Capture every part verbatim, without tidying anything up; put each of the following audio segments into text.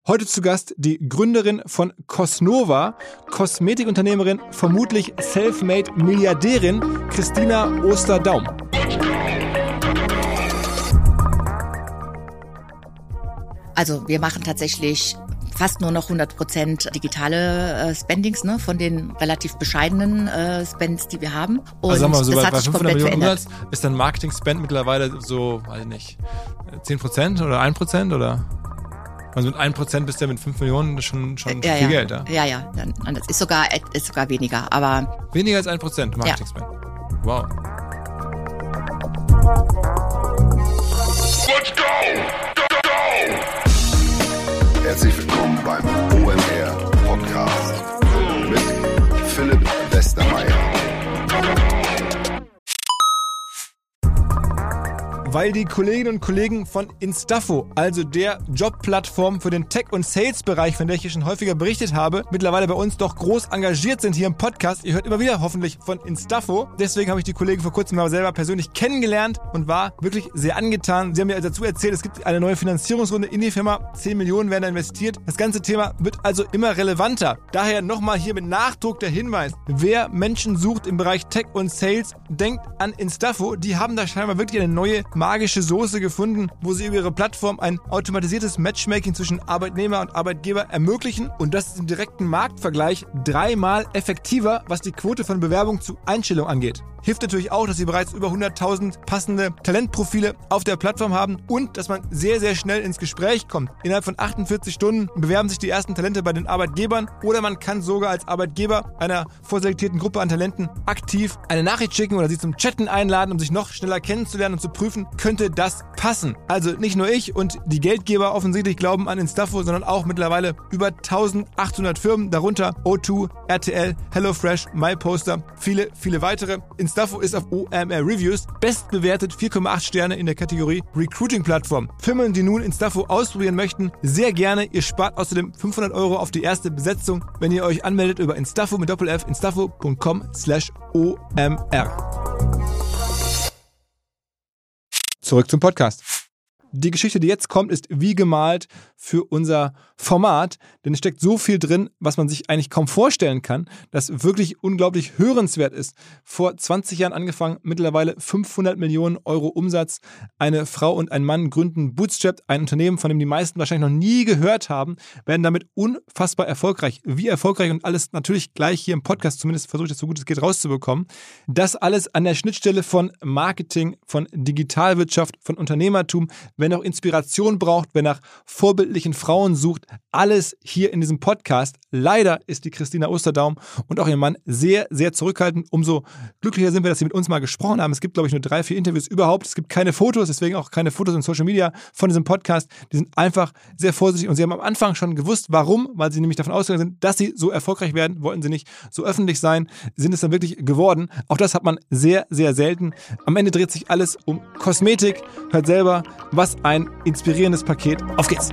Heute zu Gast die Gründerin von Cosnova, Kosmetikunternehmerin, vermutlich Selfmade-Milliardärin, Christina Osterdaum. Also wir machen tatsächlich fast nur noch hundert Prozent digitale äh, Spendings, ne, von den relativ bescheidenen äh, Spends, die wir haben. Und also sagen wir mal so, das bei, hat bei sich fünfhundert komplett Millionen verändert. Umsatz ist dann Marketing-Spend mittlerweile so, weiß ich nicht, zehn Prozent oder ein Prozent oder? Also mit ein Prozent bist du ja mit fünf Millionen, das ist schon, schon ja, viel ja. Geld, ja? Ja, ja, dann, das ist sogar, ist sogar weniger, aber... Weniger als ein Prozent Marketing-Spend? Ja. Wow. Let's go! Go, go! Herzlich willkommen beim O M R Podcast mit Philipp Westermeier. Weil die Kolleginnen und Kollegen von Instafo, also der Jobplattform für den Tech- und Sales-Bereich, von der ich hier schon häufiger berichtet habe, mittlerweile bei uns doch groß engagiert sind hier im Podcast. Ihr hört immer wieder hoffentlich von Instafo. Deswegen habe ich die Kollegen vor kurzem mal selber persönlich kennengelernt und war wirklich sehr angetan. Sie haben mir dazu erzählt, es gibt eine neue Finanzierungsrunde in die Firma. zehn Millionen werden da investiert. Das ganze Thema wird also immer relevanter. Daher nochmal hier mit Nachdruck der Hinweis. Wer Menschen sucht im Bereich Tech und Sales, denkt an Instafo. Die haben da scheinbar wirklich eine neue magische Soße gefunden, wo sie über ihre Plattform ein automatisiertes Matchmaking zwischen Arbeitnehmer und Arbeitgeber ermöglichen, und das ist im direkten Marktvergleich dreimal effektiver, was die Quote von Bewerbung zu Einstellung angeht. Hilft natürlich auch, dass sie bereits über hunderttausend passende Talentprofile auf der Plattform haben und dass man sehr, sehr schnell ins Gespräch kommt. Innerhalb von achtundvierzig Stunden bewerben sich die ersten Talente bei den Arbeitgebern, oder man kann sogar als Arbeitgeber einer vorselektierten Gruppe an Talenten aktiv eine Nachricht schicken oder sie zum Chatten einladen, um sich noch schneller kennenzulernen und zu prüfen, könnte das passen. Also nicht nur ich und die Geldgeber offensichtlich glauben an Instafo, sondern auch mittlerweile über eintausendachthundert Firmen, darunter O zwei, R T L, HelloFresh, MyPoster, viele, viele weitere. Instafo ist auf O M R Reviews bestbewertet, vier Komma acht Sterne in der Kategorie Recruiting-Plattform. Firmen, die nun Instafo ausprobieren möchten, sehr gerne. Ihr spart außerdem fünfhundert Euro auf die erste Besetzung, wenn ihr euch anmeldet über Instafo mit Doppel F, instafo punkt com slash O M R. Zurück zum Podcast. Die Geschichte, die jetzt kommt, ist wie gemalt für unser Format, denn es steckt so viel drin, was man sich eigentlich kaum vorstellen kann, das wirklich unglaublich hörenswert ist. Vor zwanzig Jahren angefangen, mittlerweile fünfhundert Millionen Euro Umsatz. Eine Frau und ein Mann gründen Bootstrap, ein Unternehmen, von dem die meisten wahrscheinlich noch nie gehört haben, werden damit unfassbar erfolgreich. Wie erfolgreich, und alles natürlich gleich hier im Podcast, zumindest versuche ich das so gut es geht rauszubekommen. Das alles an der Schnittstelle von Marketing, von Digitalwirtschaft, von Unternehmertum. Wer noch Inspiration braucht, wer nach vorbildlichen Frauen sucht, alles hier in diesem Podcast. Leider ist die Christina Osterdaum und auch ihr Mann sehr, sehr zurückhaltend. Umso glücklicher sind wir, dass sie mit uns mal gesprochen haben. Es gibt, glaube ich, nur drei, vier Interviews überhaupt. Es gibt keine Fotos, deswegen auch keine Fotos in Social Media von diesem Podcast. Die sind einfach sehr vorsichtig, und sie haben am Anfang schon gewusst, warum, weil sie nämlich davon ausgegangen sind, dass sie so erfolgreich werden, wollten sie nicht so öffentlich sein, sind es dann wirklich geworden. Auch das hat man sehr, sehr selten. Am Ende dreht sich alles um Kosmetik. Hört selber, was ein inspirierendes Paket. Auf geht's!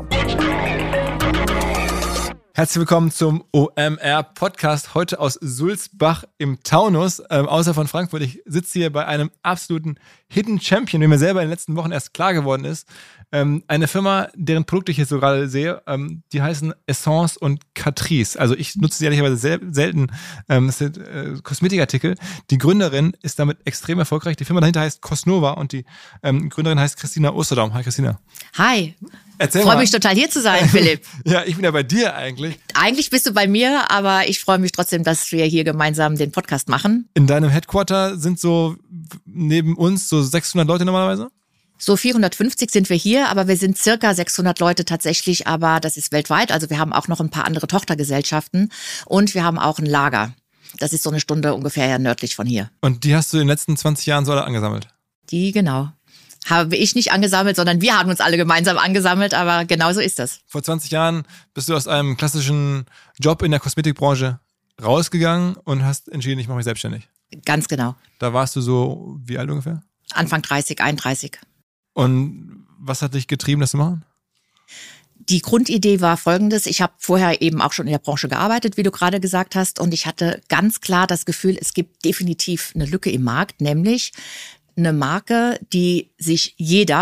Herzlich willkommen zum O M R-Podcast, heute aus Sulzbach im Taunus, ähm, außer von Frankfurt. Ich sitze hier bei einem absoluten Hidden Champion, der mir selber in den letzten Wochen erst klar geworden ist. Ähm, eine Firma, deren Produkte ich jetzt so gerade sehe, ähm, die heißen Essence und Catrice. Also ich nutze sie ehrlicherweise sel- selten. Ähm, das sind äh, Kosmetikartikel. Die Gründerin ist damit extrem erfolgreich. Die Firma dahinter heißt Cosnova und die ähm, Gründerin heißt Christina Osterdaum. Hi Christina. Hi. Erzähl Ich freue mal. mich total, hier zu sein, Philipp. Ja, ich bin ja bei dir eigentlich. Eigentlich bist du bei mir, aber ich freue mich trotzdem, dass wir hier gemeinsam den Podcast machen. In deinem Headquarter sind so neben uns so sechshundert Leute normalerweise? So vierhundertfünfzig sind wir hier, aber wir sind circa sechshundert Leute tatsächlich, aber das ist weltweit. Also wir haben auch noch ein paar andere Tochtergesellschaften und wir haben auch ein Lager. Das ist so eine Stunde ungefähr nördlich von hier. Und die hast du in den letzten zwanzig Jahren so alle angesammelt? Die, genau. Habe ich nicht angesammelt, sondern wir haben uns alle gemeinsam angesammelt, aber genau so ist das. Vor zwanzig Jahren bist du aus einem klassischen Job in der Kosmetikbranche rausgegangen und hast entschieden, ich mache mich selbstständig. Ganz genau. Da warst du so, wie alt ungefähr? Anfang dreißig, einunddreißig. Und was hat dich getrieben, das zu machen? Die Grundidee war folgendes. Ich habe vorher eben auch schon in der Branche gearbeitet, wie du gerade gesagt hast. Und ich hatte ganz klar das Gefühl, es gibt definitiv eine Lücke im Markt, nämlich eine Marke, die sich jeder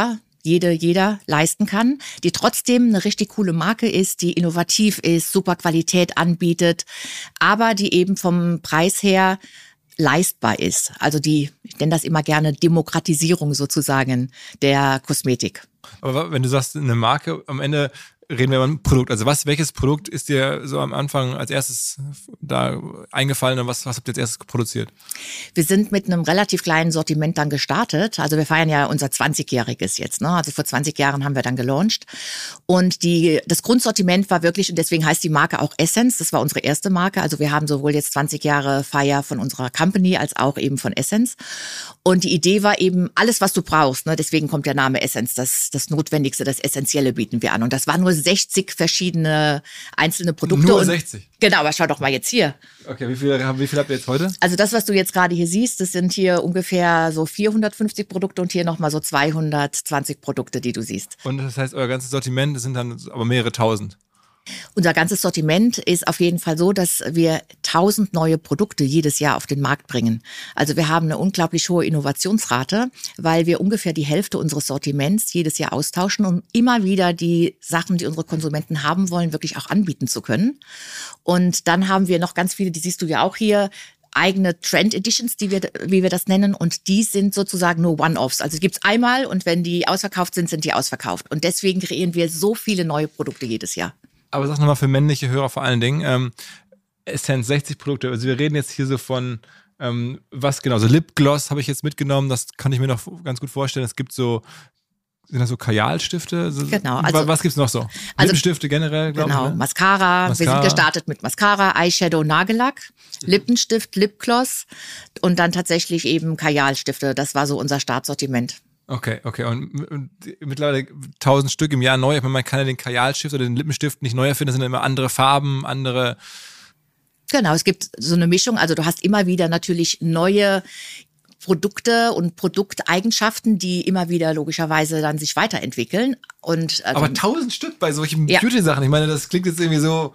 jede, jeder leisten kann, die trotzdem eine richtig coole Marke ist, die innovativ ist, super Qualität anbietet, aber die eben vom Preis her leistbar ist. Also die, ich nenne das immer gerne Demokratisierung sozusagen der Kosmetik. Aber wenn du sagst, eine Marke, am Ende reden wir über ein Produkt. Also was, welches Produkt ist dir so am Anfang als erstes da eingefallen und was, was habt ihr als erstes produziert? Wir sind mit einem relativ kleinen Sortiment dann gestartet. Also wir feiern ja unser zwanzigjähriges jetzt. Ne? Also vor zwanzig Jahren haben wir dann gelauncht. Und die, das Grundsortiment war wirklich, und deswegen heißt die Marke auch Essence, das war unsere erste Marke. Also wir haben sowohl jetzt zwanzig Jahre Feier von unserer Company als auch eben von Essence. Und die Idee war eben, alles, was du brauchst, ne? Deswegen kommt der Name Essence, das, das Notwendigste, das Essentielle bieten wir an. Und das war nur sechzig verschiedene einzelne Produkte. Nur und, sechzig? Genau, aber schau doch mal jetzt hier. Okay, wie viel, wie viel habt ihr jetzt heute? Also das, was du jetzt gerade hier siehst, das sind hier ungefähr so vierhundertfünfzig Produkte und hier nochmal so zweihundertzwanzig Produkte, die du siehst. Und das heißt, euer ganzes Sortiment sind dann aber mehrere tausend? Unser ganzes Sortiment ist auf jeden Fall so, dass wir tausend neue Produkte jedes Jahr auf den Markt bringen. Also wir haben eine unglaublich hohe Innovationsrate, weil wir ungefähr die Hälfte unseres Sortiments jedes Jahr austauschen, um immer wieder die Sachen, die unsere Konsumenten haben wollen, wirklich auch anbieten zu können. Und dann haben wir noch ganz viele, die siehst du ja auch hier, eigene Trend Editions, die wir, wie wir das nennen, und die sind sozusagen nur One-Offs. Also die gibt's einmal und wenn die ausverkauft sind, sind die ausverkauft. Und deswegen kreieren wir so viele neue Produkte jedes Jahr. Aber sag nochmal für männliche Hörer vor allen Dingen, ähm, Essence sechzig Produkte, also wir reden jetzt hier so von, ähm, was genau, so Lipgloss habe ich jetzt mitgenommen, das kann ich mir noch ganz gut vorstellen. Es gibt so, sind das so Kajalstifte? Genau. Also, was gibt's noch so? Also, Lippenstifte generell, glaube genau, ich. Genau, ne? Mascara. Mascara. Wir sind gestartet mit Mascara, Eyeshadow, Nagellack, Lippenstift, Lipgloss und dann tatsächlich eben Kajalstifte. Das war so unser Startsortiment. Okay, okay. Und, und mittlerweile tausend Stück im Jahr neu. Ich meine, man kann ja den Kajalstift oder den Lippenstift nicht neu erfinden. Das sind immer andere Farben, andere... Genau, es gibt so eine Mischung. Also du hast immer wieder natürlich neue Produkte und Produkteigenschaften, die immer wieder logischerweise dann sich weiterentwickeln. Und, also, aber tausend Stück bei solchen ja. Beauty-Sachen. Ich meine, das klingt jetzt irgendwie so...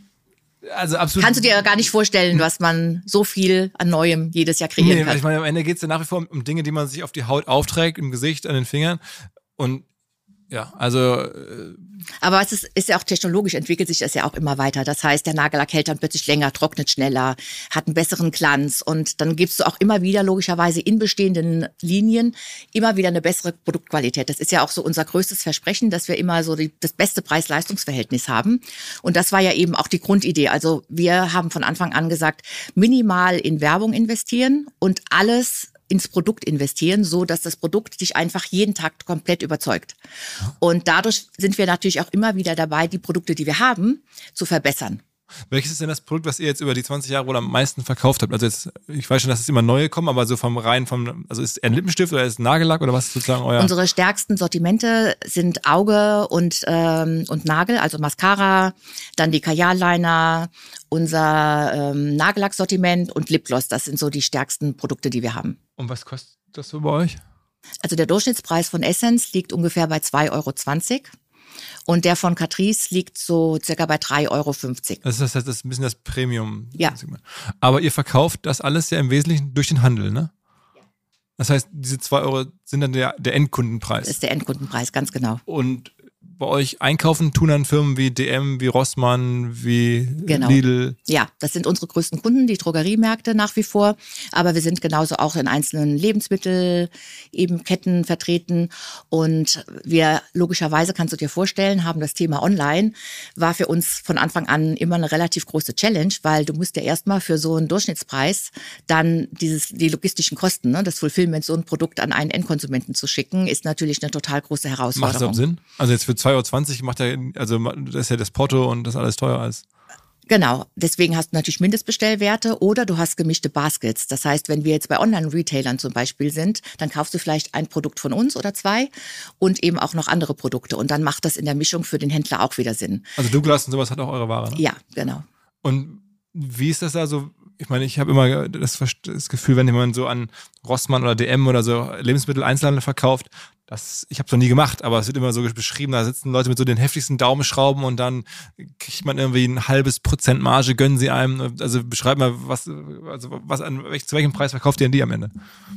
Also absolut. Kannst du dir gar nicht vorstellen, was man so viel an Neuem jedes Jahr kreieren nee, kann. Ich meine, am Ende geht es ja nach wie vor um, um Dinge, die man sich auf die Haut aufträgt, im Gesicht, an den Fingern. Und ja, also... Äh Aber es ist, ist ja auch technologisch, entwickelt sich das ja auch immer weiter. Das heißt, der Nagellack hält dann plötzlich länger, trocknet schneller, hat einen besseren Glanz. Und dann gibst du auch immer wieder logischerweise in bestehenden Linien immer wieder eine bessere Produktqualität. Das ist ja auch so unser größtes Versprechen, dass wir immer so die, das beste Preis-Leistungs-Verhältnis haben. Und das war ja eben auch die Grundidee. Also wir haben von Anfang an gesagt, minimal in Werbung investieren und alles ins Produkt investieren, so dass das Produkt dich einfach jeden Tag komplett überzeugt. Und dadurch sind wir natürlich auch immer wieder dabei, die Produkte, die wir haben, zu verbessern. Welches ist denn das Produkt, was ihr jetzt über die zwanzig Jahre wohl am meisten verkauft habt? Also jetzt, ich weiß schon, dass es immer neue kommen, aber so vom rein vom, also ist es ein Lippenstift oder ist es ein Nagellack oder was ist sozusagen euer? Unsere stärksten Sortimente sind Auge und ähm, und Nagel, also Mascara, dann die Kajalliner, unser ähm, Nagellacksortiment und Lipgloss. Das sind so die stärksten Produkte, die wir haben. Und was kostet das so bei euch? Also der Durchschnittspreis von Essence liegt ungefähr bei zwei Euro zwanzig. Und der von Catrice liegt so circa bei drei Euro fünfzig. Das heißt, das ist ein bisschen das Premium. Ja. Aber ihr verkauft das alles ja im Wesentlichen durch den Handel, ne? Ja. Das heißt, diese zwei Euro sind dann der, der Endkundenpreis. Das ist der Endkundenpreis, ganz genau. Und bei euch einkaufen tun dann Firmen wie D M, wie Rossmann, wie genau. Lidl. Ja, das sind unsere größten Kunden, die Drogeriemärkte nach wie vor. Aber wir sind genauso auch in einzelnen Lebensmittel eben Ketten vertreten. Und wir, logischerweise kannst du dir vorstellen, haben das Thema Online, war für uns von Anfang an immer eine relativ große Challenge, weil du musst ja erstmal für so einen Durchschnittspreis dann dieses, die logistischen Kosten, ne, das Fulfillment, so ein Produkt an einen Endkonsumenten zu schicken, ist natürlich eine total große Herausforderung. Macht das auch Sinn? Also jetzt für zwei Euro zwanzig macht ja, also das ist ja das Porto und das alles teuer als. Genau, deswegen hast du natürlich Mindestbestellwerte oder du hast gemischte Baskets. Das heißt, wenn wir jetzt bei Online-Retailern zum Beispiel sind, dann kaufst du vielleicht ein Produkt von uns oder zwei und eben auch noch andere Produkte. Und dann macht das in der Mischung für den Händler auch wieder Sinn. Also Douglas und sowas hat auch eure Ware, ne? Ja, genau. Und wie ist das da so? Ich meine, ich habe immer das, das Gefühl, wenn jemand so an Rossmann oder D M oder so Lebensmittel-Einzelhandel verkauft, das, ich habe es noch nie gemacht, aber es wird immer so beschrieben, da sitzen Leute mit so den heftigsten Daumenschrauben und dann kriegt man irgendwie ein halbes Prozent Marge, gönnen sie einem. Also beschreib mal, was, also was an, zu welchem Preis verkauft ihr denn die am Ende?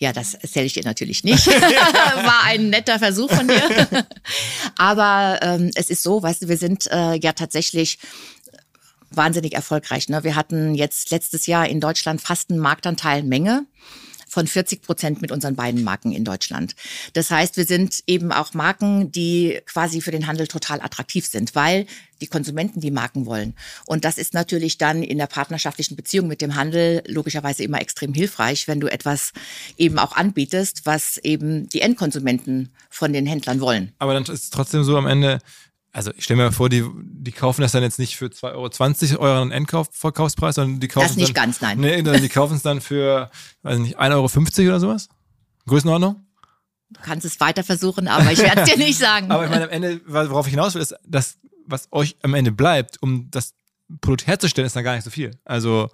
Ja, das erzähle ich dir natürlich nicht. War ein netter Versuch von dir. Aber ähm, es ist so, weißt du, wir sind äh, ja tatsächlich wahnsinnig erfolgreich. Ne? Wir hatten jetzt letztes Jahr in Deutschland fast einen Marktanteil Menge von vierzig Prozent mit unseren beiden Marken in Deutschland. Das heißt, wir sind eben auch Marken, die quasi für den Handel total attraktiv sind, weil die Konsumenten die Marken wollen. Und das ist natürlich dann in der partnerschaftlichen Beziehung mit dem Handel logischerweise immer extrem hilfreich, wenn du etwas eben auch anbietest, was eben die Endkonsumenten von den Händlern wollen. Aber dann ist es trotzdem so am Ende, also ich stelle mir vor, die, die kaufen das dann jetzt nicht für zwei Euro zwanzig euren Endverkaufspreis, sondern die kaufen das nicht dann, ganz, nein. Nee, die kaufen es dann für, weiß nicht, ein Euro fünfzig oder sowas? Größenordnung? Du kannst es weiter versuchen, aber ich werde es dir nicht sagen. Aber ich meine, am Ende, worauf ich hinaus will, ist, dass was euch am Ende bleibt, um das Produkt herzustellen, ist dann gar nicht so viel. Also,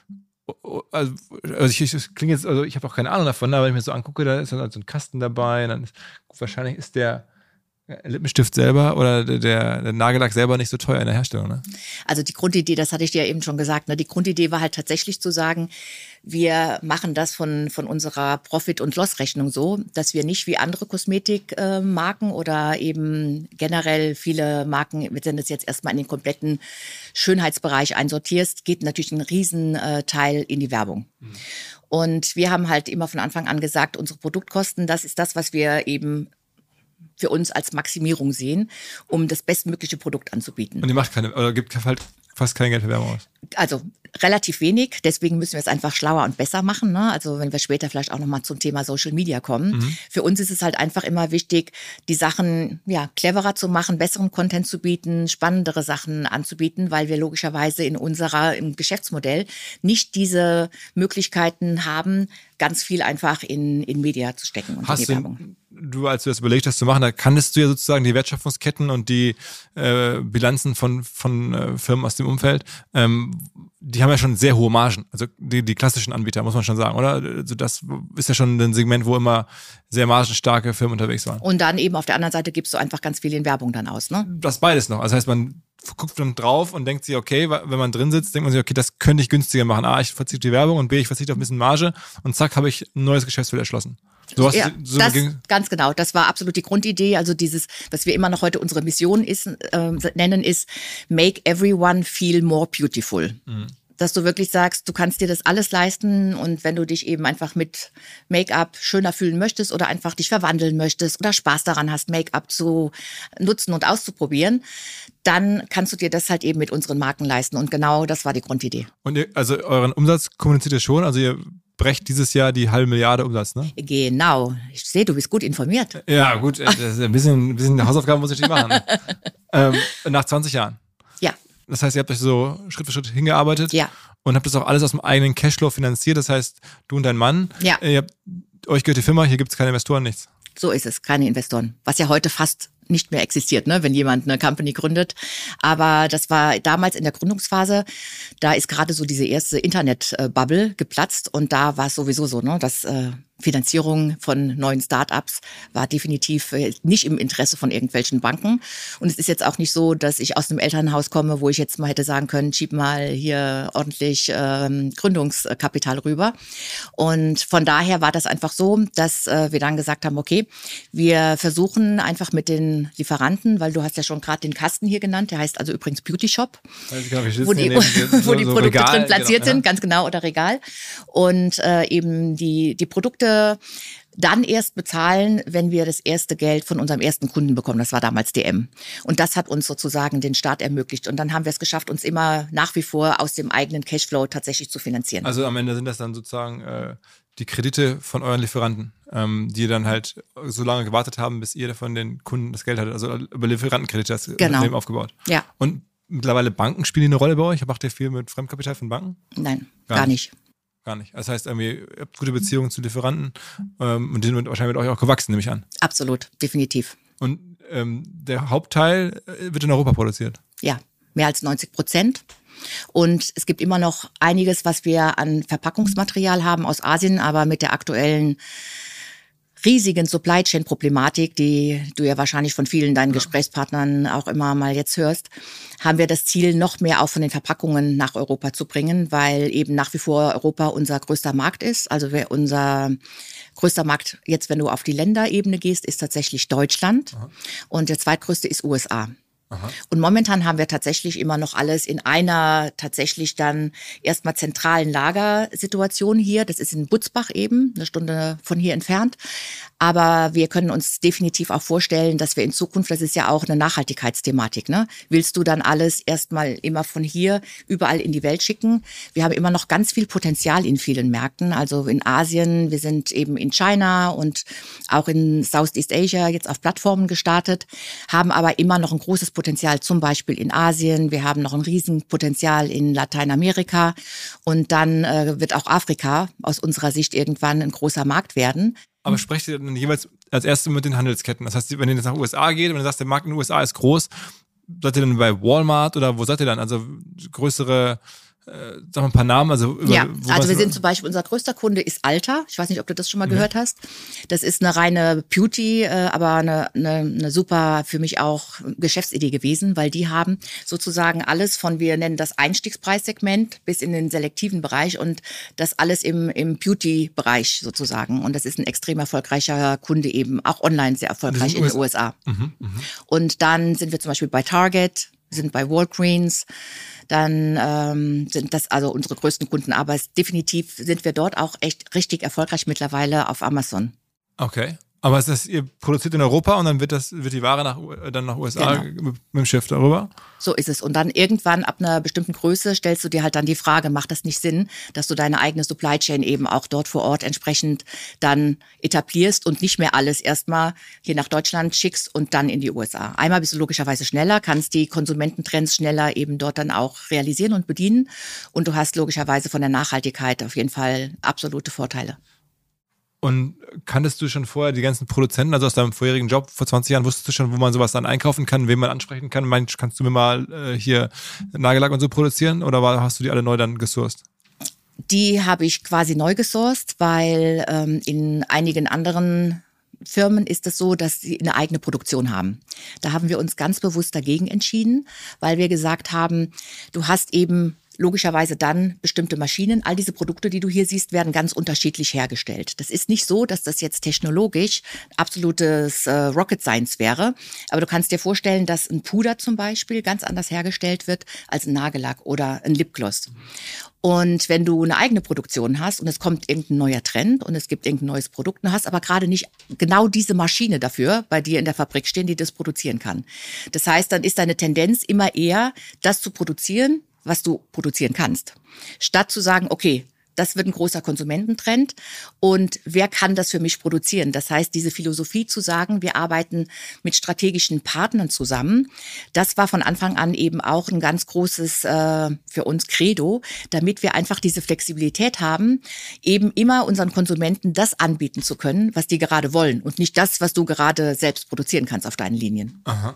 also, also ich, ich klinge jetzt, also ich habe auch keine Ahnung davon, aber wenn ich mir so angucke, da ist dann so ein Kasten dabei, dann ist, wahrscheinlich ist der Lippenstift selber oder der, der Nagellack selber nicht so teuer in der Herstellung, ne? Also die Grundidee, das hatte ich dir eben schon gesagt, ne? Die Grundidee war halt tatsächlich zu sagen, wir machen das von, von unserer Profit- und Loss-Rechnung so, dass wir nicht wie andere Kosmetikmarken äh, oder eben generell viele Marken, wenn du es jetzt erstmal in den kompletten Schönheitsbereich einsortierst, geht natürlich ein Riesenteil äh, in die Werbung. Mhm. Und wir haben halt immer von Anfang an gesagt, unsere Produktkosten, das ist das, was wir eben für uns als Maximierung sehen, um das bestmögliche Produkt anzubieten. Und ihr macht keine, oder gibt halt fast kein Geld für Werbung aus? Also relativ wenig, deswegen müssen wir es einfach schlauer und besser machen. Ne? Also wenn wir später vielleicht auch nochmal zum Thema Social Media kommen. Mhm. Für uns ist es halt einfach immer wichtig, die Sachen ja cleverer zu machen, besseren Content zu bieten, spannendere Sachen anzubieten, weil wir logischerweise in unserer im Geschäftsmodell nicht diese Möglichkeiten haben, ganz viel einfach in, in Media zu stecken und Hast in die Werbung. Du, als du das überlegt hast zu machen, da kanntest du ja sozusagen die Wertschöpfungsketten und die äh, Bilanzen von, von äh, Firmen aus dem Umfeld. Ähm, die haben ja schon sehr hohe Margen, also die, die klassischen Anbieter, muss man schon sagen, oder? Also das ist ja schon ein Segment, wo immer sehr margenstarke Firmen unterwegs waren. Und dann eben auf der anderen Seite gibst du einfach ganz viel in Werbung dann aus, ne? Das beides noch. Also das heißt, man guckt dann drauf und denkt sich, okay, wenn man drin sitzt, denkt man sich, okay, das könnte ich günstiger machen. A, ich verzichte auf die Werbung und B, ich verzichte auf ein bisschen Marge und zack, habe ich ein neues Geschäftsfeld erschlossen. So hast ja, du, so das, ging- ganz genau. Das war absolut die Grundidee. Also dieses, was wir immer noch heute unsere Mission ist, äh, nennen, ist Make everyone feel more beautiful. Mhm. Dass du wirklich sagst, du kannst dir das alles leisten und wenn du dich eben einfach mit Make-up schöner fühlen möchtest oder einfach dich verwandeln möchtest oder Spaß daran hast, Make-up zu nutzen und auszuprobieren, dann kannst du dir das halt eben mit unseren Marken leisten. Und genau das war die Grundidee. Und ihr, also euren Umsatz kommuniziert ihr schon? Also ihr brecht dieses Jahr die halbe Milliarde Umsatz, ne? Genau. Ich sehe, du bist gut informiert. Ja, gut. Das ist ein bisschen, ein bisschen Hausaufgaben muss ich nicht machen. ähm, nach zwanzig Jahren. Ja. Das heißt, ihr habt euch so Schritt für Schritt hingearbeitet. Ja. Und habt das auch alles aus dem eigenen Cashflow finanziert. Das heißt, du und dein Mann. Ja. Ihr habt, euch gehört die Firma, hier gibt es keine Investoren, nichts. So ist es, keine Investoren. Was ja heute fast nicht mehr existiert, ne, wenn jemand eine Company gründet. Aber das war damals in der Gründungsphase, da ist gerade so diese erste Internet-Bubble geplatzt und da war es sowieso so, ne, dass äh, Finanzierung von neuen Startups war definitiv nicht im Interesse von irgendwelchen Banken. Und es ist jetzt auch nicht so, dass ich aus einem Elternhaus komme, wo ich jetzt mal hätte sagen können, schieb mal hier ordentlich ähm, Gründungskapital rüber. Und von daher war das einfach so, dass äh, wir dann gesagt haben, okay, wir versuchen einfach mit den Lieferanten, weil du hast ja schon gerade den Kasten hier genannt, der heißt also übrigens Beauty Shop, genau, wo die, neben, so, wo die so Produkte Regal, drin platziert genau, sind, ganz genau, oder Regal. Und äh, eben die, die Produkte dann erst bezahlen, wenn wir das erste Geld von unserem ersten Kunden bekommen. Das war damals D M. Und das hat uns sozusagen den Start ermöglicht. Und dann haben wir es geschafft, uns immer nach wie vor aus dem eigenen Cashflow tatsächlich zu finanzieren. Also am Ende sind das dann sozusagen äh, die Kredite von euren Lieferanten, ähm, die dann halt so lange gewartet haben, bis ihr von den Kunden das Geld hattet. Also über Lieferantenkredite das genau. Unternehmen aufgebaut. Ja. Und mittlerweile Banken spielen die eine Rolle bei euch? Macht ihr viel mit Fremdkapital von Banken? Nein, gar, gar nicht. nicht. Gar nicht. Das heißt, irgendwie, ihr habt gute Beziehungen zu Lieferanten ähm, und die sind wahrscheinlich mit euch auch gewachsen, nehme ich an. Absolut, definitiv. Und ähm, der Hauptteil wird in Europa produziert? Ja, mehr als neunzig Prozent. Und es gibt immer noch einiges, was wir an Verpackungsmaterial haben aus Asien, aber mit der aktuellen riesigen Supply Chain Problematik, die du ja wahrscheinlich von vielen deinen ja. Gesprächspartnern auch immer mal jetzt hörst, haben wir das Ziel, noch mehr auch von den Verpackungen nach Europa zu bringen, weil eben nach wie vor Europa unser größter Markt ist. Also wer unser größter Markt jetzt, wenn du auf die Länderebene gehst, ist tatsächlich Deutschland. Aha. Und der zweitgrößte ist U S A. Aha. Und momentan haben wir tatsächlich immer noch alles in einer tatsächlich dann erstmal zentralen Lagersituation hier. Das ist in Butzbach eben, eine Stunde von hier entfernt. Aber wir können uns definitiv auch vorstellen, dass wir in Zukunft, das ist ja auch eine Nachhaltigkeitsthematik, ne? Willst du dann alles erstmal immer von hier überall in die Welt schicken? Wir haben immer noch ganz viel Potenzial in vielen Märkten. Also in Asien, wir sind eben in China und auch in Southeast Asia jetzt auf Plattformen gestartet, haben aber immer noch ein großes Potenzial, zum Beispiel in Asien. Wir haben noch ein Riesenpotenzial in Lateinamerika. Und dann äh, wird auch Afrika aus unserer Sicht irgendwann ein großer Markt werden. Aber sprecht ihr dann jeweils als erstes mit den Handelsketten? Das heißt, wenn ihr jetzt nach U S A geht und du sagst, der Markt in den U S A ist groß, seid ihr dann bei Walmart oder wo seid ihr dann? Also größere, äh, sag mal ein paar Namen. Also über, ja, also wir sind zum Beispiel, unser größter Kunde ist Alta. Ich weiß nicht, ob du das schon mal mhm. gehört hast. Das ist eine reine Beauty, äh, aber eine, eine, eine super für mich auch Geschäftsidee gewesen, weil die haben sozusagen alles von, wir nennen das Einstiegspreissegment bis in den selektiven Bereich und das alles im, im Beauty-Bereich sozusagen. Und das ist ein extrem erfolgreicher Kunde eben, auch online sehr erfolgreich in den U S A. Mhm, mh. Und dann sind wir zum Beispiel bei Target, sind bei Walgreens. Dann ähm, sind das also unsere größten Kunden. Aber es, definitiv sind wir dort auch echt richtig erfolgreich mittlerweile auf Amazon. Okay. Aber ist das, ihr produziert in Europa und dann wird das wird die Ware nach, dann nach U S A genau. mit, mit dem Schiff darüber? So ist es. Und dann irgendwann ab einer bestimmten Größe stellst du dir halt dann die Frage, macht das nicht Sinn, dass du deine eigene Supply Chain eben auch dort vor Ort entsprechend dann etablierst und nicht mehr alles erstmal hier nach Deutschland schickst und dann in die U S A. Einmal bist du logischerweise schneller, kannst die Konsumententrends schneller eben dort dann auch realisieren und bedienen und du hast logischerweise von der Nachhaltigkeit auf jeden Fall absolute Vorteile. Und kanntest du schon vorher die ganzen Produzenten, also aus deinem vorherigen Job vor zwanzig Jahren, wusstest du schon, wo man sowas dann einkaufen kann, wen man ansprechen kann? Meinst, kannst du mir mal äh, hier Nagellack und so produzieren oder war, hast du die alle neu dann gesourced? Die habe ich quasi neu gesourced, weil ähm, in einigen anderen Firmen ist es so, dass sie eine eigene Produktion haben. Da haben wir uns ganz bewusst dagegen entschieden, weil wir gesagt haben, du hast eben logischerweise dann bestimmte Maschinen. All diese Produkte, die du hier siehst, werden ganz unterschiedlich hergestellt. Das ist nicht so, dass das jetzt technologisch absolutes äh, Rocket Science wäre. Aber du kannst dir vorstellen, dass ein Puder zum Beispiel ganz anders hergestellt wird als ein Nagellack oder ein Lipgloss. Und wenn du eine eigene Produktion hast und es kommt irgendein neuer Trend und es gibt irgendein neues Produkt, du hast aber gerade nicht genau diese Maschine dafür bei dir in der Fabrik stehen, die das produzieren kann. Das heißt, dann ist deine Tendenz immer eher, das zu produzieren, was du produzieren kannst. Statt zu sagen, okay, das wird ein großer Konsumententrend und wer kann das für mich produzieren? Das heißt, diese Philosophie zu sagen, wir arbeiten mit strategischen Partnern zusammen, das war von Anfang an eben auch ein ganz großes äh, für uns Credo, damit wir einfach diese Flexibilität haben, eben immer unseren Konsumenten das anbieten zu können, was die gerade wollen und nicht das, was du gerade selbst produzieren kannst auf deinen Linien. Aha.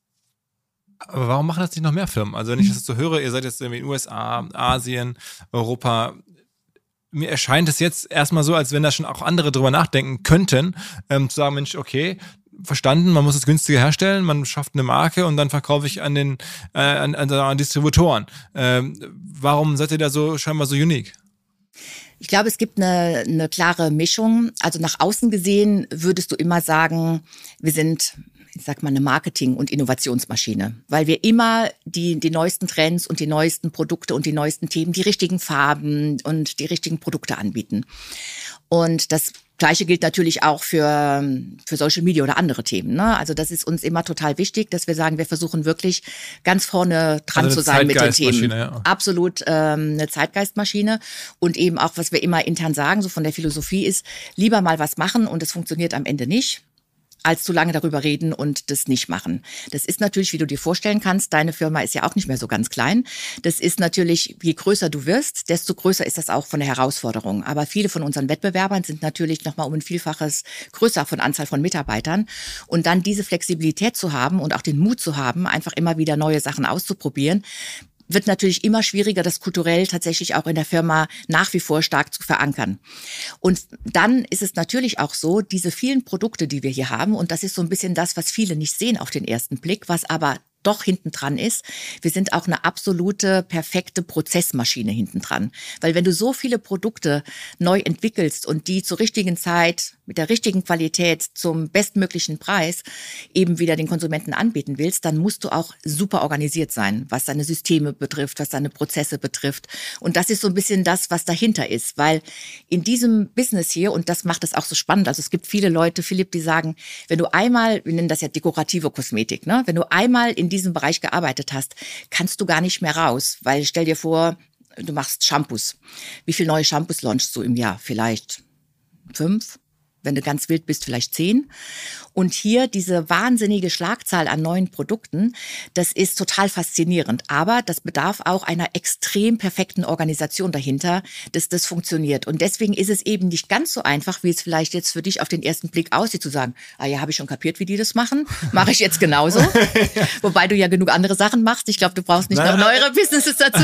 Aber warum machen das nicht noch mehr Firmen? Also wenn ich das so höre, ihr seid jetzt in den U S A, Asien, Europa. Mir erscheint es jetzt erstmal so, als wenn da schon auch andere drüber nachdenken könnten, ähm, zu sagen, Mensch, okay, verstanden, man muss es günstiger herstellen, man schafft eine Marke und dann verkaufe ich an den äh, an, an, an Distributoren. Ähm, warum seid ihr da so scheinbar so unique? Ich glaube, es gibt eine, eine klare Mischung. Also nach außen gesehen würdest du immer sagen, wir sind, ich sag mal, eine Marketing- und Innovationsmaschine, weil wir immer die, die neuesten Trends und die neuesten Produkte und die neuesten Themen, die richtigen Farben und die richtigen Produkte anbieten. Und das Gleiche gilt natürlich auch für, für Social Media oder andere Themen, ne? Also das ist uns immer total wichtig, dass wir sagen, wir versuchen wirklich ganz vorne dran also zu sein mit den Themen. Ja. Absolut ähm, eine Zeitgeistmaschine. Und eben auch, was wir immer intern sagen, so von der Philosophie ist, lieber mal was machen und es funktioniert am Ende nicht, als zu lange darüber reden und das nicht machen. Das ist natürlich, wie du dir vorstellen kannst, deine Firma ist ja auch nicht mehr so ganz klein. Das ist natürlich, je größer du wirst, desto größer ist das auch von der Herausforderung. Aber viele von unseren Wettbewerbern sind natürlich nochmal um ein Vielfaches größer von Anzahl von Mitarbeitern. Und dann diese Flexibilität zu haben und auch den Mut zu haben, einfach immer wieder neue Sachen auszuprobieren, wird natürlich immer schwieriger, das kulturell tatsächlich auch in der Firma nach wie vor stark zu verankern. Und dann ist es natürlich auch so, diese vielen Produkte, die wir hier haben, und das ist so ein bisschen das, was viele nicht sehen auf den ersten Blick, was aber doch hinten dran ist. Wir sind auch eine absolute, perfekte Prozessmaschine hinten dran. Weil wenn du so viele Produkte neu entwickelst und die zur richtigen Zeit, mit der richtigen Qualität, zum bestmöglichen Preis eben wieder den Konsumenten anbieten willst, dann musst du auch super organisiert sein, was deine Systeme betrifft, was deine Prozesse betrifft. Und das ist so ein bisschen das, was dahinter ist. Weil in diesem Business hier, und das macht es auch so spannend, also es gibt viele Leute, Philipp, die sagen, wenn du einmal, wir nennen das ja dekorative Kosmetik, ne? Wenn du einmal in diesem Bereich gearbeitet hast, kannst du gar nicht mehr raus, weil stell dir vor, du machst Shampoos. Wie viele neue Shampoos launchst du im Jahr? Vielleicht fünf? Wenn du ganz wild bist, vielleicht zehn. Und hier diese wahnsinnige Schlagzahl an neuen Produkten, das ist total faszinierend. Aber das bedarf auch einer extrem perfekten Organisation dahinter, dass das funktioniert. Und deswegen ist es eben nicht ganz so einfach, wie es vielleicht jetzt für dich auf den ersten Blick aussieht, zu sagen, ah ja, habe ich schon kapiert, wie die das machen, mache ich jetzt genauso. Wobei du ja genug andere Sachen machst. Ich glaube, du brauchst nicht Nein. noch neuere Businesses dazu.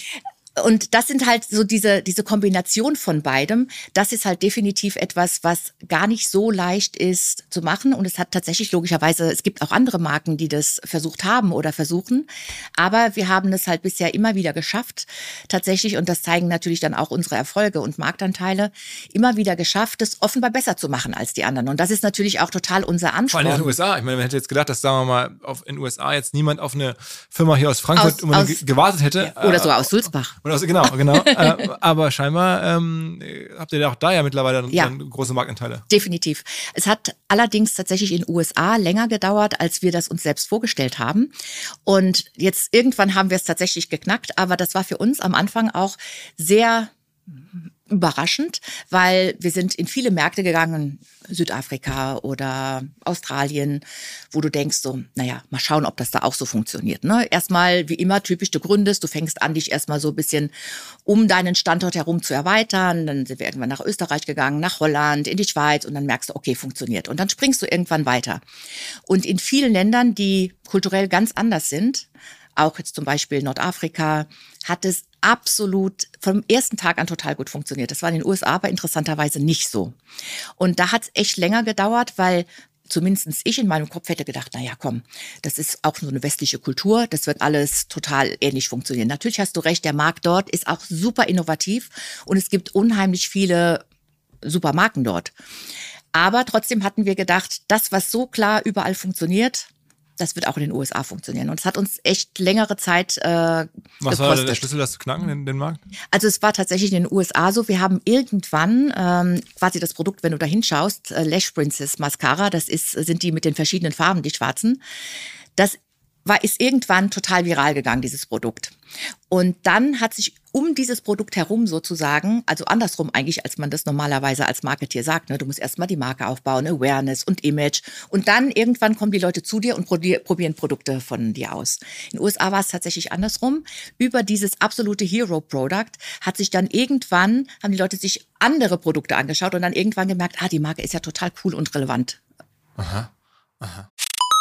Und das sind halt so diese, diese Kombination von beidem. Das ist halt definitiv etwas, was gar nicht so leicht ist zu machen. Und es hat tatsächlich logischerweise, es gibt auch andere Marken, die das versucht haben oder versuchen. Aber wir haben es halt bisher immer wieder geschafft, tatsächlich, und das zeigen natürlich dann auch unsere Erfolge und Marktanteile, immer wieder geschafft, es offenbar besser zu machen als die anderen. Und das ist natürlich auch total unser Ansporn. Vor allem in den U S A. Ich meine, man hätte jetzt gedacht, dass, sagen wir mal, auf, in den U S A jetzt niemand auf eine Firma hier aus Frankfurt aus, aus, ge- gewartet hätte. Ja, oder sogar aus Sulzbach. Oder aus, genau, genau. äh, aber scheinbar ähm, habt ihr auch da ja mittlerweile dann, ja, dann große Marktanteile. Definitiv. Es hat allerdings tatsächlich in den U S A länger gedauert, als wir das uns selbst vorgestellt haben. Und jetzt irgendwann haben wir es tatsächlich geknackt, aber das war für uns am Anfang auch sehr überraschend, weil wir sind in viele Märkte gegangen, Südafrika oder Australien, wo du denkst so, naja, mal schauen, ob das da auch so funktioniert. Ne? Erstmal, wie immer, typisch, du gründest, du fängst an, dich erstmal so ein bisschen um deinen Standort herum zu erweitern. Dann sind wir irgendwann nach Österreich gegangen, nach Holland, in die Schweiz und dann merkst du, okay, funktioniert. Und dann springst du irgendwann weiter. Und in vielen Ländern, die kulturell ganz anders sind, auch jetzt zum Beispiel Nordafrika, hat es absolut vom ersten Tag an total gut funktioniert. Das war in den U S A aber interessanterweise nicht so. Und da hat es echt länger gedauert, weil zumindest ich in meinem Kopf hätte gedacht, naja, komm, das ist auch so eine westliche Kultur, das wird alles total ähnlich funktionieren. Natürlich hast du recht, der Markt dort ist auch super innovativ und es gibt unheimlich viele super Marken dort. Aber trotzdem hatten wir gedacht, das, was so klar überall funktioniert, das wird auch in den U S A funktionieren. Und es hat uns echt längere Zeit äh, Was gekostet. war der Schlüssel, das zu knacken, den, den Markt? Also es war tatsächlich in den U S A so, wir haben irgendwann ähm, quasi das Produkt, wenn du da hinschaust, äh, Lash Princess Mascara, das ist, sind die mit den verschiedenen Farben, die schwarzen. Das war, ist irgendwann total viral gegangen, dieses Produkt. Und dann hat sich um dieses Produkt herum sozusagen, also andersrum eigentlich, als man das normalerweise als Marketeer sagt, ne, du musst erstmal die Marke aufbauen, Awareness und Image und dann irgendwann kommen die Leute zu dir und probieren Produkte von dir aus. In den U S A war es tatsächlich andersrum. Über dieses absolute Hero-Product hat sich dann irgendwann, haben die Leute sich andere Produkte angeschaut und dann irgendwann gemerkt, ah, die Marke ist ja total cool und relevant. Aha, aha.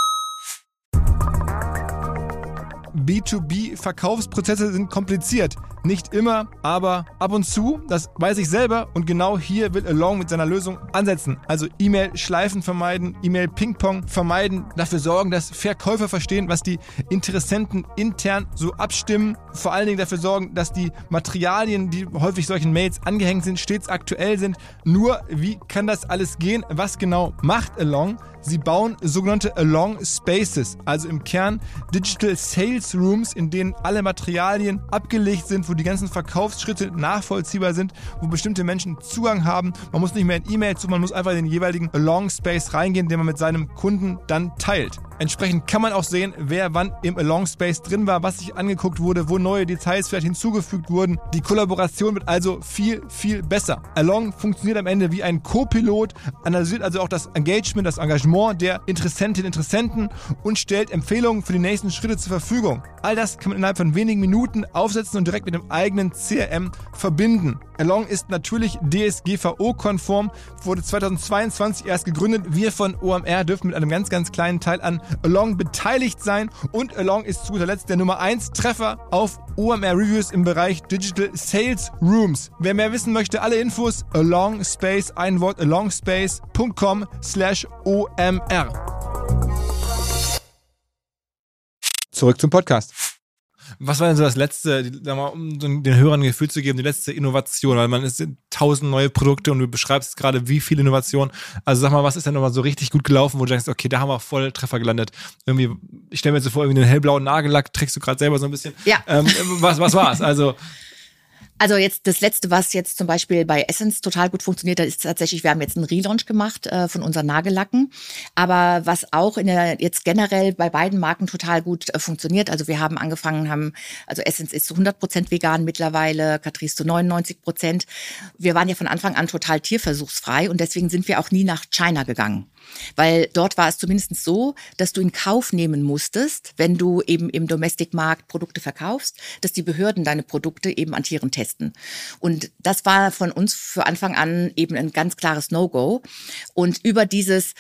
B zwei B-Verkaufsprozesse sind kompliziert. Nicht immer, aber ab und zu, das weiß ich selber und genau hier will Along mit seiner Lösung ansetzen. Also E-Mail-Schleifen vermeiden, E-Mail-Ping-Pong vermeiden, dafür sorgen, dass Verkäufer verstehen, was die Interessenten intern so abstimmen, vor allen Dingen dafür sorgen, dass die Materialien, die häufig solchen Mails angehängt sind, stets aktuell sind. Nur, wie kann das alles gehen? Was genau macht Along? Sie bauen sogenannte Along Spaces, also im Kern Digital Sales Rooms, in denen alle Materialien abgelegt sind, wo die ganzen Verkaufsschritte nachvollziehbar sind, wo bestimmte Menschen Zugang haben. Man muss nicht mehr in E-Mail zu, man muss einfach in den jeweiligen Along Space reingehen, den man mit seinem Kunden dann teilt. Entsprechend kann man auch sehen, wer wann im Along Space drin war, was sich angeguckt wurde, wo neue Details vielleicht hinzugefügt wurden. Die Kollaboration wird also viel, viel besser. Along funktioniert am Ende wie ein Co-Pilot, analysiert also auch das Engagement, das Engagement der Interessentinnen und Interessenten und stellt Empfehlungen für die nächsten Schritte zur Verfügung. All das kann man innerhalb von wenigen Minuten aufsetzen und direkt mit dem eigenen C R M verbinden. Along ist natürlich D S G V O-konform, wurde zweitausendzweiundzwanzig erst gegründet. Wir von O M R dürfen mit einem ganz, ganz kleinen Teil an Along beteiligt sein. Und Along ist zu guter Letzt der Nummer eins Treffer auf O M R Reviews im Bereich Digital Sales Rooms. Wer mehr wissen möchte, alle Infos Alongspace, ein Wort, alongspace.com slash OMR. Zurück zum Podcast. Was war denn so das letzte, die, sag mal, um den Hörern ein Gefühl zu geben, die letzte Innovation? Weil man ist tausend neue Produkte und du beschreibst gerade, wie viele Innovationen. Also sag mal, was ist denn nochmal so richtig gut gelaufen, wo du denkst, okay, da haben wir voll Treffer gelandet. Irgendwie, ich stelle mir jetzt so vor, irgendwie einen hellblauen Nagellack, trägst du gerade selber so ein bisschen. Ja. Ähm, was, was war's? Also Also jetzt das Letzte, was jetzt zum Beispiel bei Essence total gut funktioniert, das ist tatsächlich, wir haben jetzt einen Relaunch gemacht äh, von unseren Nagellacken. Aber was auch in der jetzt generell bei beiden Marken total gut äh, funktioniert, also wir haben angefangen, haben, also Essence ist zu hundert Prozent vegan mittlerweile, Catrice zu neunundneunzig Prozent. Wir waren ja von Anfang an total tierversuchsfrei und deswegen sind wir auch nie nach China gegangen. Weil dort war es zumindest so, dass du in Kauf nehmen musstest, wenn du eben im Domestic-Markt Produkte verkaufst, dass die Behörden deine Produkte eben an Tieren testen. Und das war von uns für Anfang an eben ein ganz klares No-Go. Und über dieses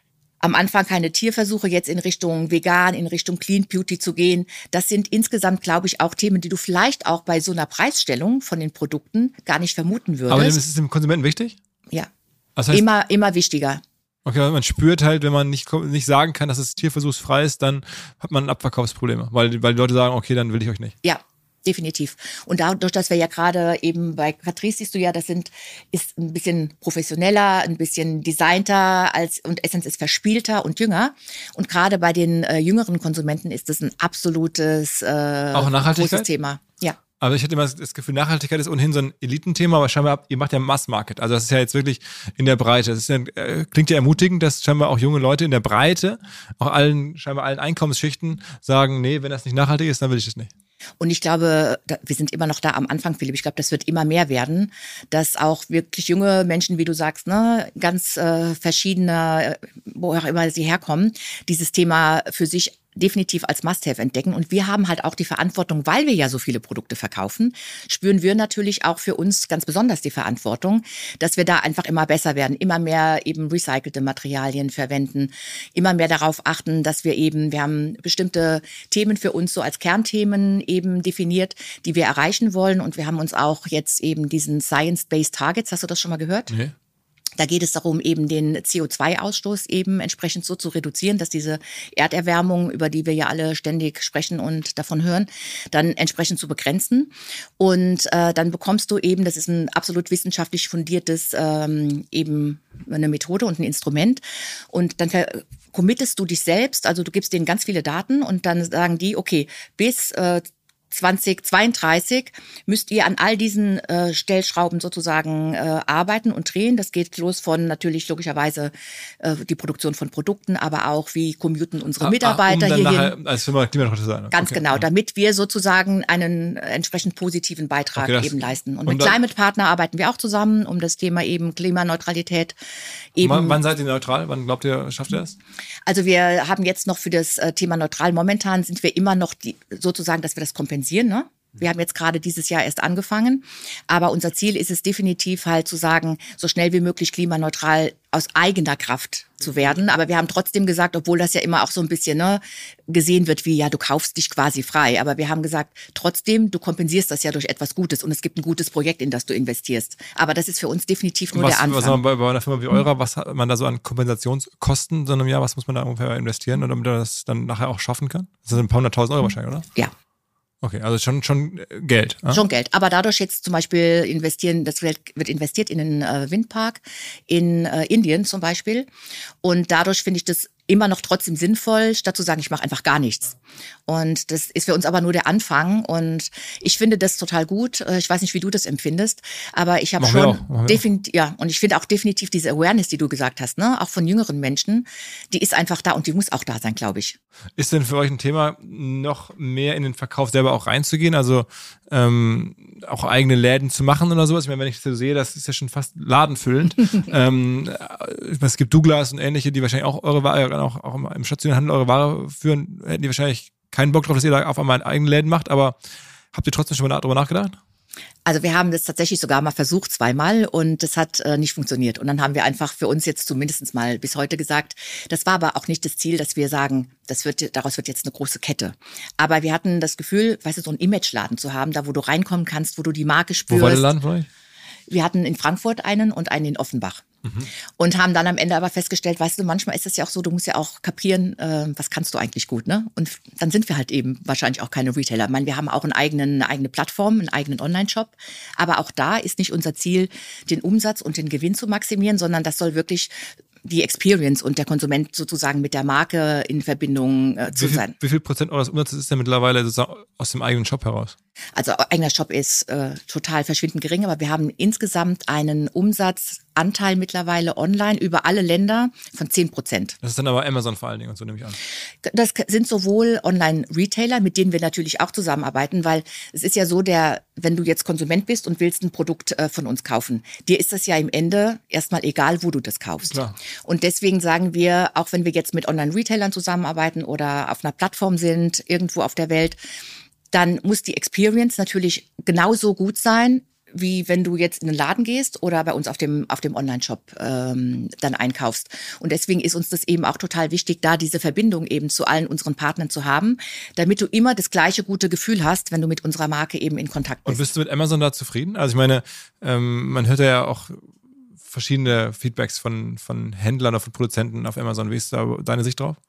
am Anfang keine Tierversuche, jetzt in Richtung Vegan, in Richtung Clean Beauty zu gehen, das sind insgesamt, glaube ich, auch Themen, die du vielleicht auch bei so einer Preisstellung von den Produkten gar nicht vermuten würdest. aber ist es dem Konsumenten wichtig? Ja, Das heißt, immer, immer wichtiger. okay, also man spürt halt, wenn man nicht, nicht sagen kann, dass es tierversuchsfrei ist, dann hat man Abverkaufsprobleme, weil, weil die Leute sagen, okay, dann will ich euch nicht. Ja, definitiv. Und dadurch, dass wir ja gerade eben bei Catrice siehst du ja, das sind, ist ein bisschen professioneller, ein bisschen designter als, und Essence ist verspielter und jünger. Und gerade bei den äh, jüngeren Konsumenten ist das ein absolutes äh, Auch Nachhaltigkeit? großes Thema. Ja. Aber ich hatte immer das Gefühl, Nachhaltigkeit ist ohnehin so ein Elitenthema, aber scheinbar, ihr macht ja Mass-Market. Also das ist ja jetzt wirklich in der Breite. Das ist ja, äh, klingt ja ermutigend, dass scheinbar auch junge Leute in der Breite, auch allen, scheinbar allen Einkommensschichten sagen, nee, wenn das nicht nachhaltig ist, dann will ich das nicht. Und ich glaube, da, wir sind immer noch da am Anfang, Philipp. Ich glaube, das wird immer mehr werden, dass auch wirklich junge Menschen, wie du sagst, ne, ganz äh, verschiedene, wo auch immer sie herkommen, dieses Thema für sich definitiv als Must-Have entdecken. Und wir haben halt auch die Verantwortung, weil wir ja so viele Produkte verkaufen, spüren wir natürlich auch für uns ganz besonders die Verantwortung, dass wir da einfach immer besser werden, immer mehr eben recycelte Materialien verwenden, immer mehr darauf achten, dass wir eben, wir haben bestimmte Themen für uns so als Kernthemen eben definiert, die wir erreichen wollen. Und wir haben uns auch jetzt eben diesen Science-Based Targets, hast du das schon mal gehört? Nee. Da geht es darum, eben den C O zwei Ausstoß eben entsprechend so zu reduzieren, dass diese Erderwärmung, über die wir ja alle ständig sprechen und davon hören, dann entsprechend zu begrenzen. Und äh, dann bekommst du eben, das ist ein absolut wissenschaftlich fundiertes ähm, eben eine Methode und ein Instrument. Und dann ver- committest du dich selbst, also du gibst denen ganz viele Daten und dann sagen die, okay, bis äh, zwanzig zweiunddreißig müsst ihr an all diesen äh, Stellschrauben sozusagen äh, arbeiten und drehen. Das geht los von natürlich logischerweise äh, die Produktion von Produkten, aber auch wie commuten unsere Mitarbeiter ah, um dann hierhin. Als Firma klimaneutral zu sein. Ganz okay. genau, damit wir sozusagen einen entsprechend positiven Beitrag okay, das, eben leisten. Und, und mit Climate Partner arbeiten wir auch zusammen, um das Thema eben Klimaneutralität eben. Wann, wann seid ihr neutral? Wann glaubt ihr, schafft ihr das? Also wir haben jetzt noch für das Thema neutral, momentan sind wir immer noch die, sozusagen, dass wir das kompensieren. Ne? Wir haben jetzt gerade dieses Jahr erst angefangen, aber unser Ziel ist es definitiv halt zu sagen, so schnell wie möglich klimaneutral aus eigener Kraft zu werden. Aber wir haben trotzdem gesagt, obwohl das ja immer auch so ein bisschen ne, gesehen wird wie, ja, du kaufst dich quasi frei. Aber wir haben gesagt, trotzdem, du kompensierst das ja durch etwas Gutes und es gibt ein gutes Projekt, in das du investierst. Aber das ist für uns definitiv nur was, der Anfang. Was man bei, bei einer Firma wie eurer, was hat man da so an Kompensationskosten so einem Jahr, was muss man da ungefähr investieren, damit man das dann nachher auch schaffen kann? Das sind ein paar hunderttausend Euro wahrscheinlich, oder? Ja. Okay, also schon, schon Geld. Ja? Schon Geld. Aber dadurch jetzt zum Beispiel investieren, das wird investiert in einen äh, Windpark in äh, Indien zum Beispiel. Und dadurch finde ich das immer noch trotzdem sinnvoll, statt zu sagen, ich mache einfach gar nichts. Und das ist für uns aber nur der Anfang. Und ich finde das total gut. Ich weiß nicht, wie du das empfindest, aber ich habe schon definitiv, ja, und ich finde auch definitiv diese Awareness, die du gesagt hast, ne, auch von jüngeren Menschen, die ist einfach da und die muss auch da sein, glaube ich. Ist denn für euch ein Thema, noch mehr in den Verkauf selber auch reinzugehen? Also ähm, auch eigene Läden zu machen oder sowas? Ich meine, wenn ich das so sehe, das ist ja schon fast ladenfüllend. ähm, es gibt Douglas und ähnliche, die wahrscheinlich auch eure Ware, auch, auch im stationären Handel eure Ware führen, hätten die wahrscheinlich keinen Bock drauf, dass ihr da auf einmal eigene Läden macht, aber habt ihr trotzdem schon mal darüber nachgedacht? Also wir haben das tatsächlich sogar mal versucht, zweimal, und das hat äh, nicht funktioniert. Und dann haben wir einfach für uns jetzt zumindest mal bis heute gesagt, das war aber auch nicht das Ziel, dass wir sagen, das wird, daraus wird jetzt eine große Kette. Aber wir hatten das Gefühl, weißt du, so einen Imageladen zu haben, da wo du reinkommen kannst, wo du die Marke spürst. Wo war der Laden von euch? Wir hatten in Frankfurt einen und einen in Offenbach. Mhm. Und haben dann am Ende aber festgestellt, weißt du, manchmal ist es ja auch so, du musst ja auch kapieren, äh, was kannst du eigentlich gut, ne? Und dann sind wir halt eben wahrscheinlich auch keine Retailer. Ich meine, wir haben auch einen eigenen, eine eigene Plattform, einen eigenen Online-Shop. Aber auch da ist nicht unser Ziel, den Umsatz und den Gewinn zu maximieren, sondern das soll wirklich die Experience und der Konsument sozusagen mit der Marke in Verbindung äh, zu wie viel, sein. Wie viel Prozent eures Umsatzes ist denn mittlerweile sozusagen aus dem eigenen Shop heraus? Also eigener Shop ist äh, total verschwindend gering, aber wir haben insgesamt einen Umsatzanteil mittlerweile online über alle Länder von zehn Prozent. Das ist dann aber Amazon vor allen Dingen und so nehme ich an. Das sind sowohl Online-Retailer, mit denen wir natürlich auch zusammenarbeiten, weil es ist ja so, der, wenn du jetzt Konsument bist und willst ein Produkt äh, von uns kaufen, dir ist das ja im Ende erstmal egal, wo du das kaufst. Klar. Und deswegen sagen wir, auch wenn wir jetzt mit Online-Retailern zusammenarbeiten oder auf einer Plattform sind, irgendwo auf der Welt, dann muss die Experience natürlich genauso gut sein, wie wenn du jetzt in den Laden gehst oder bei uns auf dem auf dem Online-Shop ähm, dann einkaufst. Und deswegen ist uns das eben auch total wichtig, da diese Verbindung eben zu allen unseren Partnern zu haben, damit du immer das gleiche gute Gefühl hast, wenn du mit unserer Marke eben in Kontakt bist. Und bist du mit Amazon da zufrieden? Also ich meine, ähm, man hört ja auch verschiedene Feedbacks von von Händlern oder von Produzenten auf Amazon. Wie ist da deine Sicht drauf?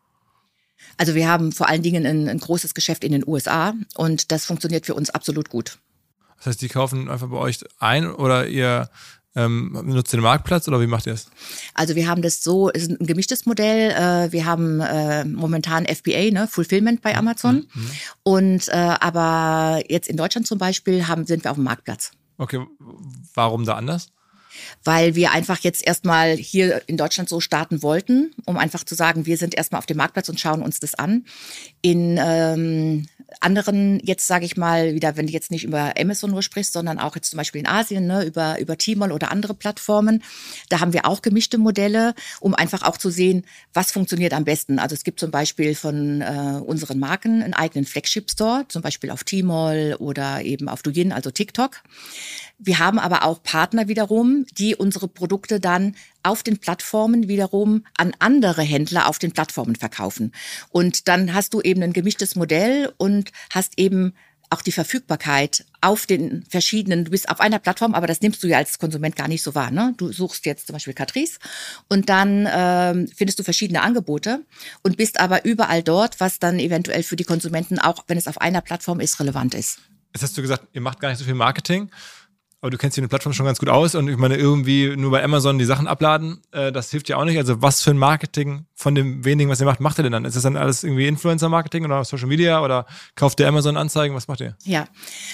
Also wir haben vor allen Dingen ein, ein großes Geschäft in den U S A und das funktioniert für uns absolut gut. Das heißt, die kaufen einfach bei euch ein oder ihr ähm, nutzt den Marktplatz oder wie macht ihr es? Also wir haben das so, es ist ein gemischtes Modell. Äh, wir haben äh, momentan F B A, ne, Fulfillment bei Amazon. Mhm. Und äh, aber jetzt in Deutschland zum Beispiel haben, sind wir auf dem Marktplatz. Okay, warum da anders? Weil wir einfach jetzt erstmal hier in Deutschland so starten wollten, um einfach zu sagen, wir sind erstmal auf dem Marktplatz und schauen uns das an. In ähm, anderen, jetzt sage ich mal wieder, wenn du jetzt nicht über Amazon nur sprichst, sondern auch jetzt zum Beispiel in Asien, ne, über, über Tmall oder andere Plattformen, da haben wir auch gemischte Modelle, um einfach auch zu sehen, was funktioniert am besten. Also es gibt zum Beispiel von äh, unseren Marken einen eigenen Flagship-Store, zum Beispiel auf Tmall oder eben auf Douyin, also TikTok. Wir haben aber auch Partner wiederum, die unsere Produkte dann auf den Plattformen wiederum an andere Händler auf den Plattformen verkaufen. Und dann hast du eben ein gemischtes Modell und hast eben auch die Verfügbarkeit auf den verschiedenen, du bist auf einer Plattform, aber das nimmst du ja als Konsument gar nicht so wahr, ne? Du suchst jetzt zum Beispiel Catrice und dann ähm, findest du verschiedene Angebote und bist aber überall dort, was dann eventuell für die Konsumenten, auch wenn es auf einer Plattform ist, relevant ist. Jetzt hast du gesagt, ihr macht gar nicht so viel Marketing. Aber du kennst die Plattform schon ganz gut aus und ich meine, irgendwie nur bei Amazon die Sachen abladen, äh, das hilft ja auch nicht. Also was für ein Marketing von dem wenigen, was ihr macht, macht ihr denn dann? Ist das dann alles irgendwie Influencer-Marketing oder Social Media oder kauft ihr Amazon-Anzeigen? Was macht ihr? Ja,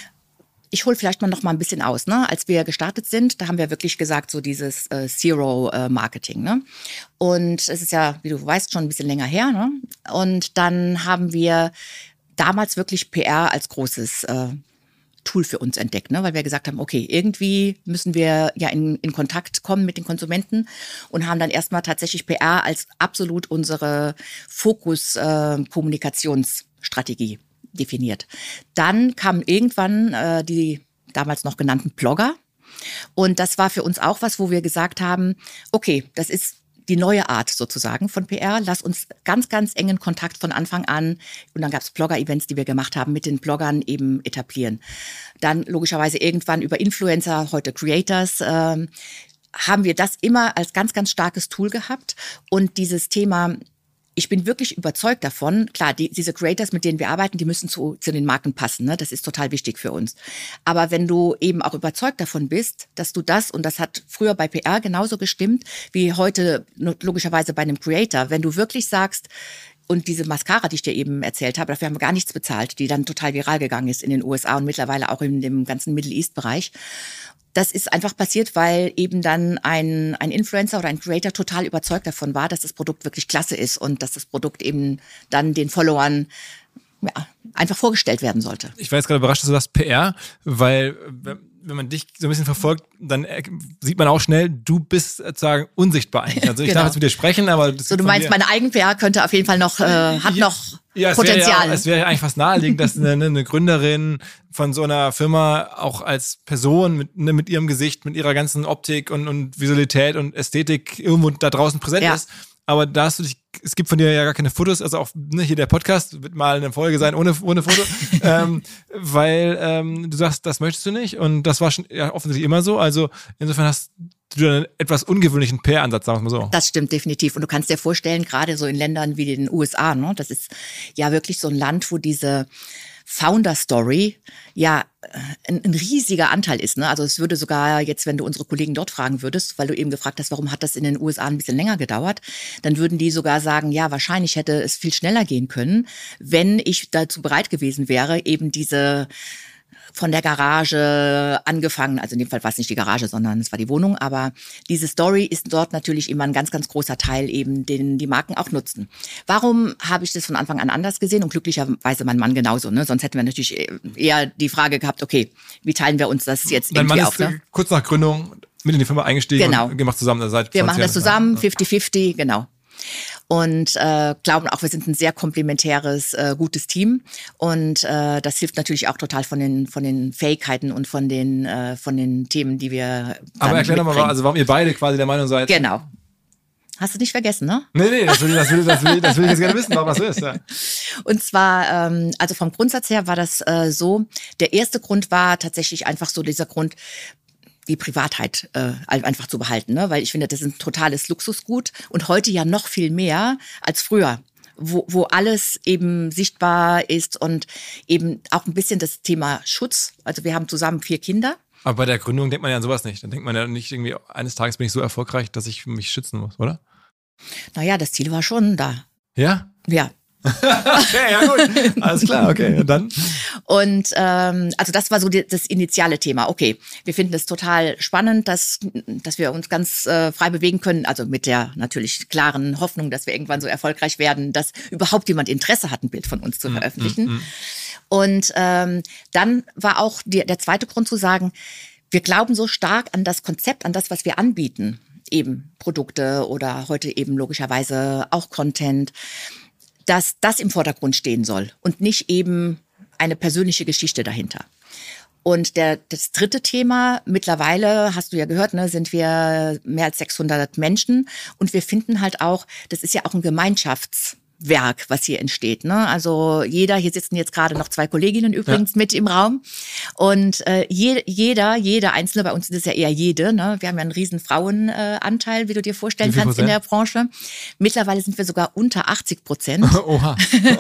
ich hole vielleicht mal noch mal ein bisschen aus. Ne? Als wir gestartet sind, da haben wir wirklich gesagt, so dieses äh, Zero-Marketing. Ne? Und es ist ja, wie du weißt, schon ein bisschen länger her. Ne? Und dann haben wir damals wirklich P R als großes äh, Tool für uns entdeckt, ne? Weil wir gesagt haben, okay, irgendwie müssen wir ja in, in Kontakt kommen mit den Konsumenten und haben dann erstmal tatsächlich P R als absolut unsere Fokus-Kommunikationsstrategie äh, definiert. Dann kamen irgendwann äh, die damals noch genannten Blogger und das war für uns auch was, wo wir gesagt haben, okay, das ist die neue Art sozusagen von P R. Lass uns ganz, ganz engen Kontakt von Anfang an, und dann gab es Blogger-Events, die wir gemacht haben, mit den Bloggern eben etablieren. Dann logischerweise irgendwann über Influencer, heute Creators, ähm, haben wir das immer als ganz, ganz starkes Tool gehabt. Und dieses Thema, ich bin wirklich überzeugt davon, klar, die, diese Creators, mit denen wir arbeiten, die müssen zu, zu den Marken passen, ne? Das ist total wichtig für uns. Aber wenn du eben auch überzeugt davon bist, dass du das, und das hat früher bei P R genauso gestimmt, wie heute logischerweise bei einem Creator, wenn du wirklich sagst, und diese Mascara, die ich dir eben erzählt habe, dafür haben wir gar nichts bezahlt, die dann total viral gegangen ist in den U S A und mittlerweile auch in dem ganzen Middle East-Bereich. Das ist einfach passiert, weil eben dann ein, ein Influencer oder ein Creator total überzeugt davon war, dass das Produkt wirklich klasse ist und dass das Produkt eben dann den Followern ja, einfach vorgestellt werden sollte. Ich war jetzt gerade überrascht, dass du sagst P R, weil wenn man dich so ein bisschen verfolgt, dann sieht man auch schnell, du bist sozusagen unsichtbar eigentlich. Also ich Genau. darf jetzt mit dir sprechen, aber... Das so, du meinst, meine Eigen-P R könnte auf jeden Fall noch, äh, hat ja, noch Ja, es Potenzial. Wäre ja, es wäre ja eigentlich fast naheliegend, dass eine, eine Gründerin von so einer Firma auch als Person mit, ne, mit ihrem Gesicht, mit ihrer ganzen Optik und, und Visualität und Ästhetik irgendwo da draußen präsent Ja. ist. Aber da hast du dich, es gibt von dir ja gar keine Fotos, also auch ne, hier der Podcast wird mal eine Folge sein ohne, ohne Foto, ähm, weil ähm, du sagst, das möchtest du nicht und das war schon ja, offensichtlich immer so. Also insofern hast du einen etwas ungewöhnlichen P R-Ansatz, sagen wir mal so. Das stimmt definitiv. Und du kannst dir vorstellen, gerade so in Ländern wie den U S A, ne, das ist ja wirklich so ein Land, wo diese Founder-Story ja ein, ein riesiger Anteil ist. Ne? Also es würde sogar jetzt, wenn du unsere Kollegen dort fragen würdest, weil du eben gefragt hast, warum hat das in den U S A ein bisschen länger gedauert, dann würden die sogar sagen, ja, wahrscheinlich hätte es viel schneller gehen können, wenn ich dazu bereit gewesen wäre, eben diese von der Garage angefangen, also in dem Fall war es nicht die Garage, sondern es war die Wohnung, aber diese Story ist dort natürlich immer ein ganz, ganz großer Teil eben, den die Marken auch nutzen. Warum habe ich das von Anfang an anders gesehen und glücklicherweise mein Mann genauso, ne? Sonst hätten wir natürlich eher die Frage gehabt, okay, wie teilen wir uns das jetzt Dein irgendwie Mann auf? ist Ne? kurz nach Gründung mit in die Firma eingestiegen Genau. und gemacht zusammen seit Wir zwanzig machen das Jahren. zusammen, fifty fifty, genau. Und äh, glauben auch, wir sind ein sehr komplementäres, äh, gutes Team. Und äh, das hilft natürlich auch total von den von den Fähigkeiten und von den äh, von den Themen, die wir dann Aber erklär doch mal, mitbringen. also warum ihr beide quasi der Meinung seid. Genau. Hast du nicht vergessen, ne? Nee, nee, das will, ich, das, will, das, will, das will ich jetzt gerne wissen, warum das so ist. Ja. Und zwar, ähm, also vom Grundsatz her war das äh, so, der erste Grund war tatsächlich einfach so dieser Grund, die Privatheit äh, einfach zu behalten, ne? Weil ich finde, das ist ein totales Luxusgut und heute ja noch viel mehr als früher, wo, wo alles eben sichtbar ist und eben auch ein bisschen das Thema Schutz. Also wir haben zusammen vier Kinder. Aber bei der Gründung denkt man ja an sowas nicht. Dann denkt man ja nicht irgendwie, eines Tages bin ich so erfolgreich, dass ich mich schützen muss, oder? Naja, das Ziel war schon da. Ja? Ja. Okay, ja gut. Alles klar, okay. Und dann? Und ähm, also das war so die, das initiale Thema. Okay, wir finden es total spannend, dass, dass wir uns ganz äh, frei bewegen können. Also mit der natürlich klaren Hoffnung, dass wir irgendwann so erfolgreich werden, dass überhaupt jemand Interesse hat, ein Bild von uns zu veröffentlichen. Mm, mm, mm. Und ähm, dann war auch die, der zweite Grund zu sagen, wir glauben so stark an das Konzept, an das, was wir anbieten. Eben Produkte oder heute eben logischerweise auch Content, dass das im Vordergrund stehen soll und nicht eben eine persönliche Geschichte dahinter. Und der, das dritte Thema, mittlerweile, hast du ja gehört, ne, sind wir mehr als sechshundert Menschen und wir finden halt auch, das ist ja auch ein Gemeinschaftswerk, was hier entsteht. Ne? Also jeder, hier sitzen jetzt gerade noch zwei Kolleginnen übrigens ja. mit im Raum und äh, je, jeder, jeder Einzelne, bei uns sind es ja eher jede, ne? Wir haben ja einen riesen Frauenanteil, äh, wie du dir vorstellen kannst Prozent? in der Branche. Mittlerweile sind wir sogar unter achtzig Prozent. Oha.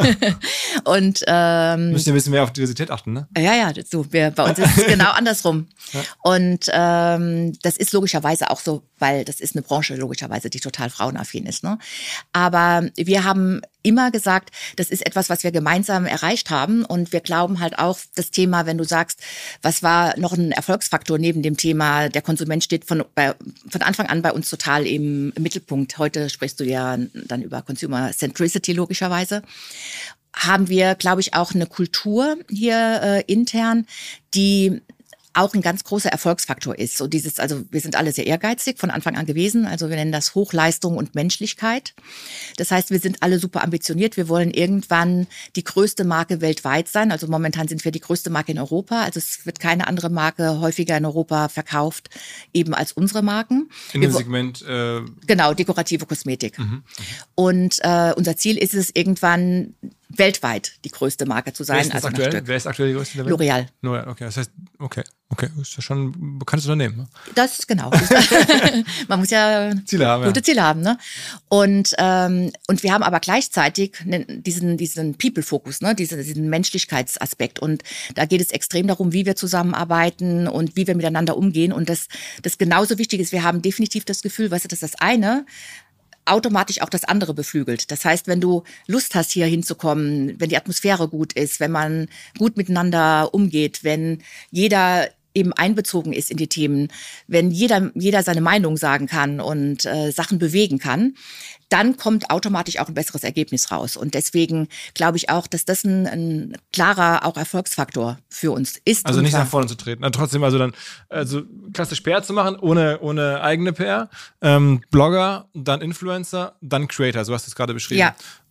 Und ähm, müssen wir ein bisschen mehr auf Diversität achten, ne? Ja, ja, so, wir, bei uns ist es genau andersrum. Ja. Und ähm, das ist logischerweise auch so, weil das ist eine Branche logischerweise, die total frauenaffin ist. Ne? Aber wir haben immer gesagt, das ist etwas, was wir gemeinsam erreicht haben. Und wir glauben halt auch, das Thema, wenn du sagst, was war noch ein Erfolgsfaktor neben dem Thema, der Konsument steht von, bei, von Anfang an bei uns total im, im Mittelpunkt. Heute sprichst du ja dann über Consumer Centricity logischerweise. Haben wir, glaube ich, auch eine Kultur hier äh, intern, die auch ein ganz großer Erfolgsfaktor ist. So dieses, also wir sind alle sehr ehrgeizig von Anfang an gewesen. Also wir nennen das Hochleistung und Menschlichkeit. Das heißt, wir sind alle super ambitioniert. Wir wollen irgendwann die größte Marke weltweit sein. Also momentan sind wir die größte Marke in Europa. Also es wird keine andere Marke häufiger in Europa verkauft, eben als unsere Marken. In dem Segment? Äh genau, dekorative Kosmetik. Mhm. Und äh, unser Ziel ist es, irgendwann weltweit die größte Marke zu sein. Wer ist, also aktuell? Wer ist aktuell die größte der Welt? L'Oreal. L'Oreal, okay. Das heißt, okay, okay, ist ja schon ein bekanntes Unternehmen. Ne? Das ist genau. Man muss ja Ziele haben, gute ja. Ziele haben, ne? Und ähm, und wir haben aber gleichzeitig diesen diesen People-Fokus, ne, diesen, diesen Menschlichkeitsaspekt. Und da geht es extrem darum, wie wir zusammenarbeiten und wie wir miteinander umgehen. Und das das genauso wichtig ist. Wir haben definitiv das Gefühl, weißt du, dass das eine automatisch auch das andere beflügelt. Das heißt, wenn du Lust hast, hier hinzukommen, wenn die Atmosphäre gut ist, wenn man gut miteinander umgeht, wenn jeder eben einbezogen ist in die Themen, wenn jeder jeder seine Meinung sagen kann und äh, Sachen bewegen kann, dann kommt automatisch auch ein besseres Ergebnis raus. Und deswegen glaube ich auch, dass das ein, ein klarer auch Erfolgsfaktor für uns ist. Also nicht nach vorne zu treten. Na, trotzdem also dann also klassisch P R zu machen, ohne ohne eigene P R, ähm, Blogger, dann Influencer, dann Creator, so hast du es gerade beschrieben. Ja.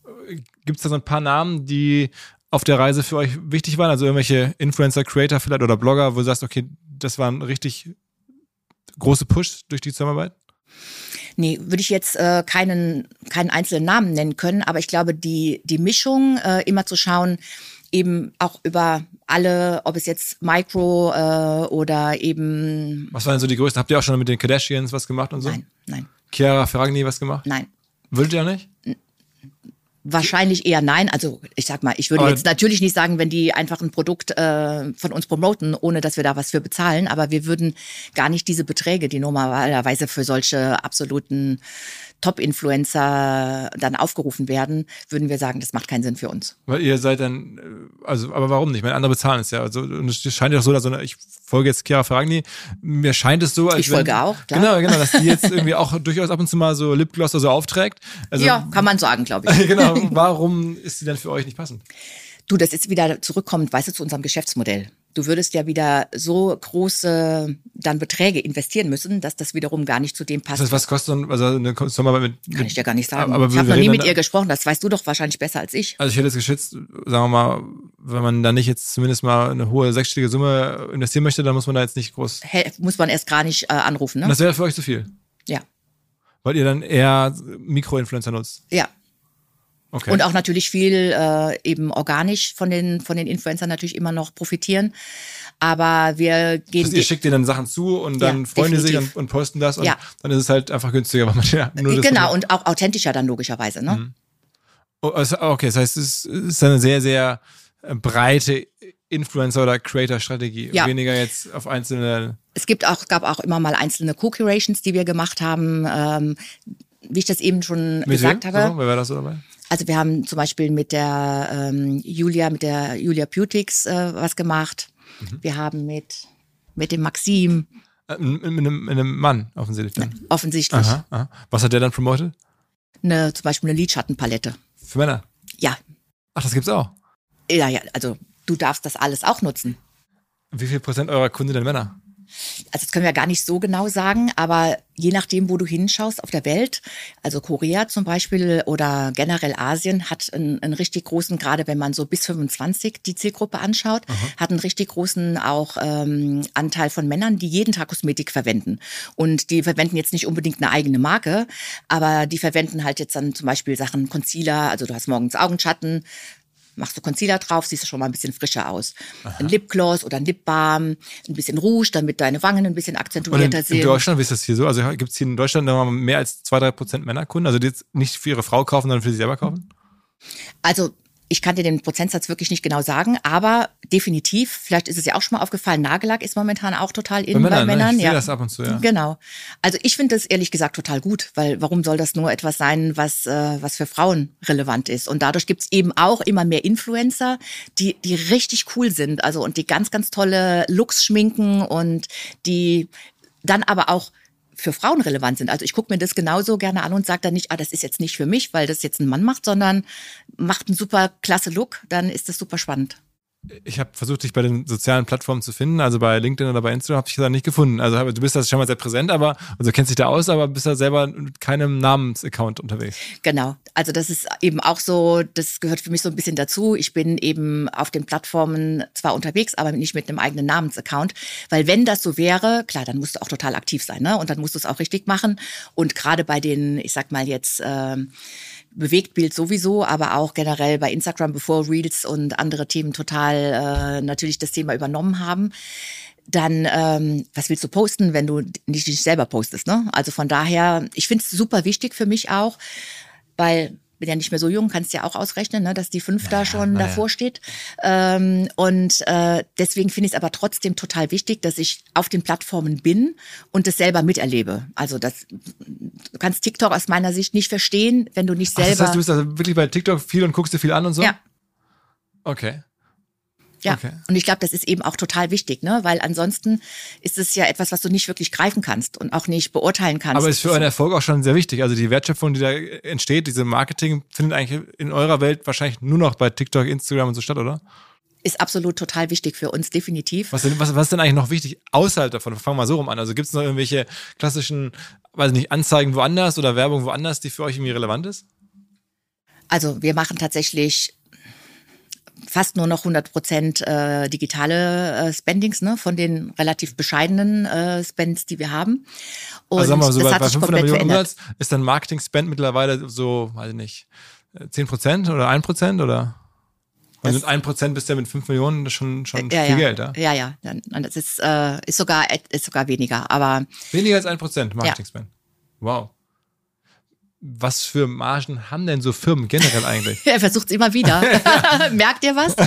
Gibt es da so ein paar Namen, die auf der Reise für euch wichtig waren? Also irgendwelche Influencer, Creator vielleicht oder Blogger, wo du sagst, okay, das war ein richtig große Push durch die Zusammenarbeit? Nee, würde ich jetzt äh, keinen, keinen einzelnen Namen nennen können, aber ich glaube, die, die Mischung, äh, immer zu schauen, eben auch über alle, ob es jetzt Micro äh, oder eben... Was waren denn so die größten? Habt ihr auch schon mit den Kardashians was gemacht und so? Nein, nein. Chiara Ferragni was gemacht? Nein. Würdet ihr auch nicht? Wahrscheinlich eher nein. Also ich sag mal, ich würde aber jetzt natürlich nicht sagen, wenn die einfach ein Produkt äh, von uns promoten, ohne dass wir da was für bezahlen, aber wir würden gar nicht diese Beträge, die normalerweise für solche absoluten Top-Influencer dann aufgerufen werden, würden wir sagen, das macht keinen Sinn für uns. Weil ihr seid dann, also, aber warum nicht? Meine andere bezahlen es ja. Also, und es scheint ja auch so, dass so eine, ich folge jetzt Chiara Ferragni, mir scheint es so, als ich folge wenn, auch, klar. Genau, genau, dass die jetzt irgendwie auch durchaus ab und zu mal so Lipgloss oder so aufträgt. Also, ja, kann man sagen, glaube ich. Genau, warum ist die dann für euch nicht passend? Du, das ist wieder zurückkommend, weißt du, zu unserem Geschäftsmodell. Du würdest ja wieder so große dann Beträge investieren müssen, dass das wiederum gar nicht zu dem passt. Das heißt, was kostet also eine Zusammenarbeit mit, mit... Kann ich dir gar nicht sagen. Aber ich habe noch nie mit ihr gesprochen, das weißt du doch wahrscheinlich besser als ich. Also ich hätte es geschätzt, sagen wir mal, wenn man da nicht jetzt zumindest mal eine hohe sechsstellige Summe investieren möchte, dann muss man da jetzt nicht groß... He- muss man erst gar nicht äh, anrufen, ne? Und das wäre für euch zu viel? Ja. Weil ihr dann eher Mikroinfluencer nutzt? Ja. Okay. Und auch natürlich viel äh, eben organisch von den von den Influencern natürlich immer noch profitieren. Aber wir gehen... Also ihr schickt denen dann Sachen zu und dann ja, freuen die sich definitiv. und, und posten das und ja. dann ist es halt einfach günstiger, weil man ja nur das... Genau, und auch authentischer dann logischerweise, ne? Mhm. Oh, also, okay, das heißt, es ist eine sehr, sehr breite Influencer- oder Creator-Strategie. Ja. Weniger jetzt auf einzelne... Es gibt auch, gab auch immer mal einzelne Co-Curations, die wir gemacht haben. Ähm, wie ich das eben schon Mit gesagt wem? habe. So, wer war das so dabei? Also wir haben zum Beispiel mit der ähm, Julia, mit der Julia Beautix äh, was gemacht. Mhm. Wir haben mit, mit dem Maxim. Äh, mit, einem, mit einem Mann offensichtlich dann. Ja, offensichtlich. Aha, aha. Was hat der dann promotet? Eine, zum Beispiel eine Lidschattenpalette. Für Männer? Ja. Ach, das gibt's auch? Ja, ja, also du darfst das alles auch nutzen. Wie viel Prozent eurer Kunden denn Männer? Also das können wir gar nicht so genau sagen, aber je nachdem, wo du hinschaust auf der Welt, also Korea zum Beispiel oder generell Asien hat einen, einen richtig großen, gerade wenn man so bis fünfundzwanzig die Zielgruppe anschaut, Aha. hat einen richtig großen auch ähm, Anteil von Männern, die jeden Tag Kosmetik verwenden. Und die verwenden jetzt nicht unbedingt eine eigene Marke, aber die verwenden halt jetzt dann zum Beispiel Sachen Concealer, also du hast morgens Augenschatten, machst du Concealer drauf, siehst du schon mal ein bisschen frischer aus. Aha. Ein Lipgloss oder ein Lipbalm, ein bisschen Rouge, damit deine Wangen ein bisschen akzentuierter sind. In Deutschland, wie ist das hier so? Also gibt es hier in Deutschland mehr als zwei, drei Prozent Männerkunden? Also die jetzt nicht für ihre Frau kaufen, sondern für sie selber kaufen? Also ich kann dir den Prozentsatz wirklich nicht genau sagen, aber definitiv, vielleicht ist es ja auch schon mal aufgefallen, Nagellack ist momentan auch total in bei Männern. Bei Männern, ne? Ich ja. sehe das ab und zu, ja. Genau. Also ich finde das ehrlich gesagt total gut, weil warum soll das nur etwas sein, was äh, was für Frauen relevant ist? Und dadurch gibt's eben auch immer mehr Influencer, die die richtig cool sind, also und die ganz, ganz tolle Looks schminken und die dann aber auch für Frauen relevant sind. Also ich gucke mir das genauso gerne an und sage dann nicht, ah, das ist jetzt nicht für mich, weil das jetzt ein Mann macht, sondern macht einen super klasse Look, dann ist das super spannend. Ich habe versucht, dich bei den sozialen Plattformen zu finden, also bei LinkedIn oder bei Instagram habe ich da nicht gefunden. Also du bist da schon mal sehr präsent, aber also kennst dich da aus, aber bist da selber mit keinem Namensaccount unterwegs. Genau, also das ist eben auch so, das gehört für mich so ein bisschen dazu. Ich bin eben auf den Plattformen zwar unterwegs, aber nicht mit einem eigenen Namensaccount, weil wenn das so wäre, klar, dann musst du auch total aktiv sein, ne? Und dann musst du es auch richtig machen. Und gerade bei den, ich sag mal jetzt ähm, Bewegtbild sowieso, aber auch generell bei Instagram, bevor Reels und andere Themen total äh, natürlich das Thema übernommen haben, dann, ähm, was willst du posten, wenn du nicht dich selber postest, ne? Also von daher, ich finde es super wichtig für mich auch, weil bin ja nicht mehr so jung, kannst ja auch ausrechnen, ne, dass die fünf ja, da schon ja. davor steht. Ähm, und äh, deswegen finde ich es aber trotzdem total wichtig, dass ich auf den Plattformen bin und das selber miterlebe. Also das, du kannst TikTok aus meiner Sicht nicht verstehen, wenn du nicht selber... Ach, das heißt, du bist also wirklich bei TikTok viel und guckst dir viel an und so? Ja. Okay. Ja, okay. Und ich glaube, das ist eben auch total wichtig, ne? Weil ansonsten ist es ja etwas, was du nicht wirklich greifen kannst und auch nicht beurteilen kannst. Aber ist für euren Erfolg auch schon sehr wichtig. Also die Wertschöpfung, die da entsteht, diese Marketing, findet eigentlich in eurer Welt wahrscheinlich nur noch bei TikTok, Instagram und so statt, oder? Ist absolut total wichtig für uns, definitiv. Was, denn, was, was ist denn eigentlich noch wichtig außerhalb davon? Fangen wir mal so rum an. Also gibt es noch irgendwelche klassischen, weiß nicht, Anzeigen woanders oder Werbung woanders, die für euch irgendwie relevant ist? Also wir machen tatsächlich fast nur noch hundert Prozent äh, digitale äh, Spendings, ne, von den relativ bescheidenen äh, Spends, die wir haben. Und also sagen wir mal so, das bei, hat bei sich fünfhundert komplett Millionen verändert. Umsatz ist dann Marketing-Spend mittlerweile so, weiß ich nicht, zehn Prozent oder ein Prozent oder? Also mit ein Prozent bist du ja mit fünf Millionen, das ist schon, schon ja, viel ja. Geld, ja? Ja, ja. Und das ist, äh, ist, sogar, ist sogar weniger. Aber weniger als ein Prozent Marketing-Spend. Ja. Wow. Was für Margen haben denn so Firmen generell eigentlich? Er versucht es immer wieder. Merkt ihr was?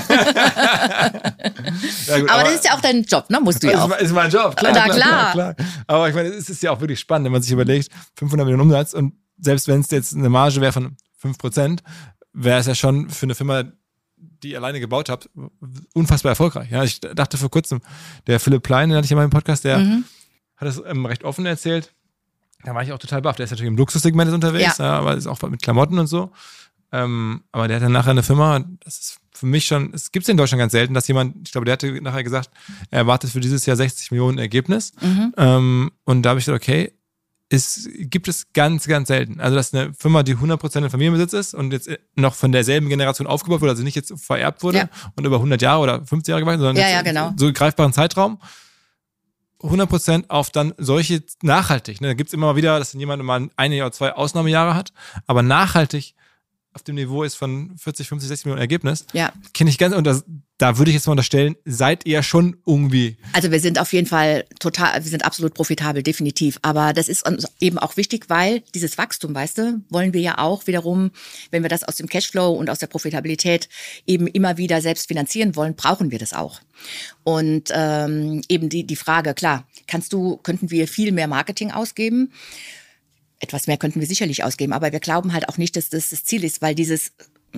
Ja, gut, aber, aber das ist ja auch dein Job, ne? Musst du ja auch. Das ist mein Job, klar, Na, klar, klar. klar, klar. Aber ich meine, es ist ja auch wirklich spannend, wenn man sich überlegt, fünfhundert Millionen Umsatz und selbst wenn es jetzt eine Marge wäre von fünf Prozent, wäre es ja schon für eine Firma, die ich alleine gebaut habe, unfassbar erfolgreich. Ja, ich dachte vor kurzem, der Philipp Plein, den hatte ich ja mal im Podcast, der mhm. hat das ähm, recht offen erzählt. Da war ich auch total baff. Der ist natürlich im Luxussegment unterwegs, ja. Ja, aber ist auch mit Klamotten und so. Ähm, aber der hat dann nachher eine Firma, das ist für mich schon, es gibt es in Deutschland ganz selten, dass jemand, ich glaube, der hatte nachher gesagt, er erwartet für dieses Jahr sechzig Millionen Ergebnis. Mhm. Ähm, und da habe ich gedacht, okay, es gibt es ganz, ganz selten. Also, dass eine Firma, die hundert Prozent in Familienbesitz ist und jetzt noch von derselben Generation aufgebaut wurde, also nicht jetzt vererbt wurde ja. und über hundert Jahre oder fünfzig Jahre gewachsen, sondern ja, ja, genau. so einen greifbaren Zeitraum, hundert Prozent auf dann solche nachhaltig. Ne? Da gibt es immer mal wieder, dass jemand mal ein oder zwei Ausnahmejahre hat, aber nachhaltig auf dem Niveau ist von vierzig, fünfzig, sechzig Millionen Ergebnis. Ja. Kenne ich ganz, und das, da würde ich jetzt mal unterstellen, seid ihr schon irgendwie. Also wir sind auf jeden Fall total, wir sind absolut profitabel, definitiv. Aber das ist uns eben auch wichtig, weil dieses Wachstum, weißt du, wollen wir ja auch wiederum, wenn wir das aus dem Cashflow und aus der Profitabilität eben immer wieder selbst finanzieren wollen, brauchen wir das auch. Und ähm, eben die, die Frage, klar, kannst du, könnten wir viel mehr Marketing ausgeben? Etwas mehr könnten wir sicherlich ausgeben, aber wir glauben halt auch nicht, dass das das Ziel ist, weil dieses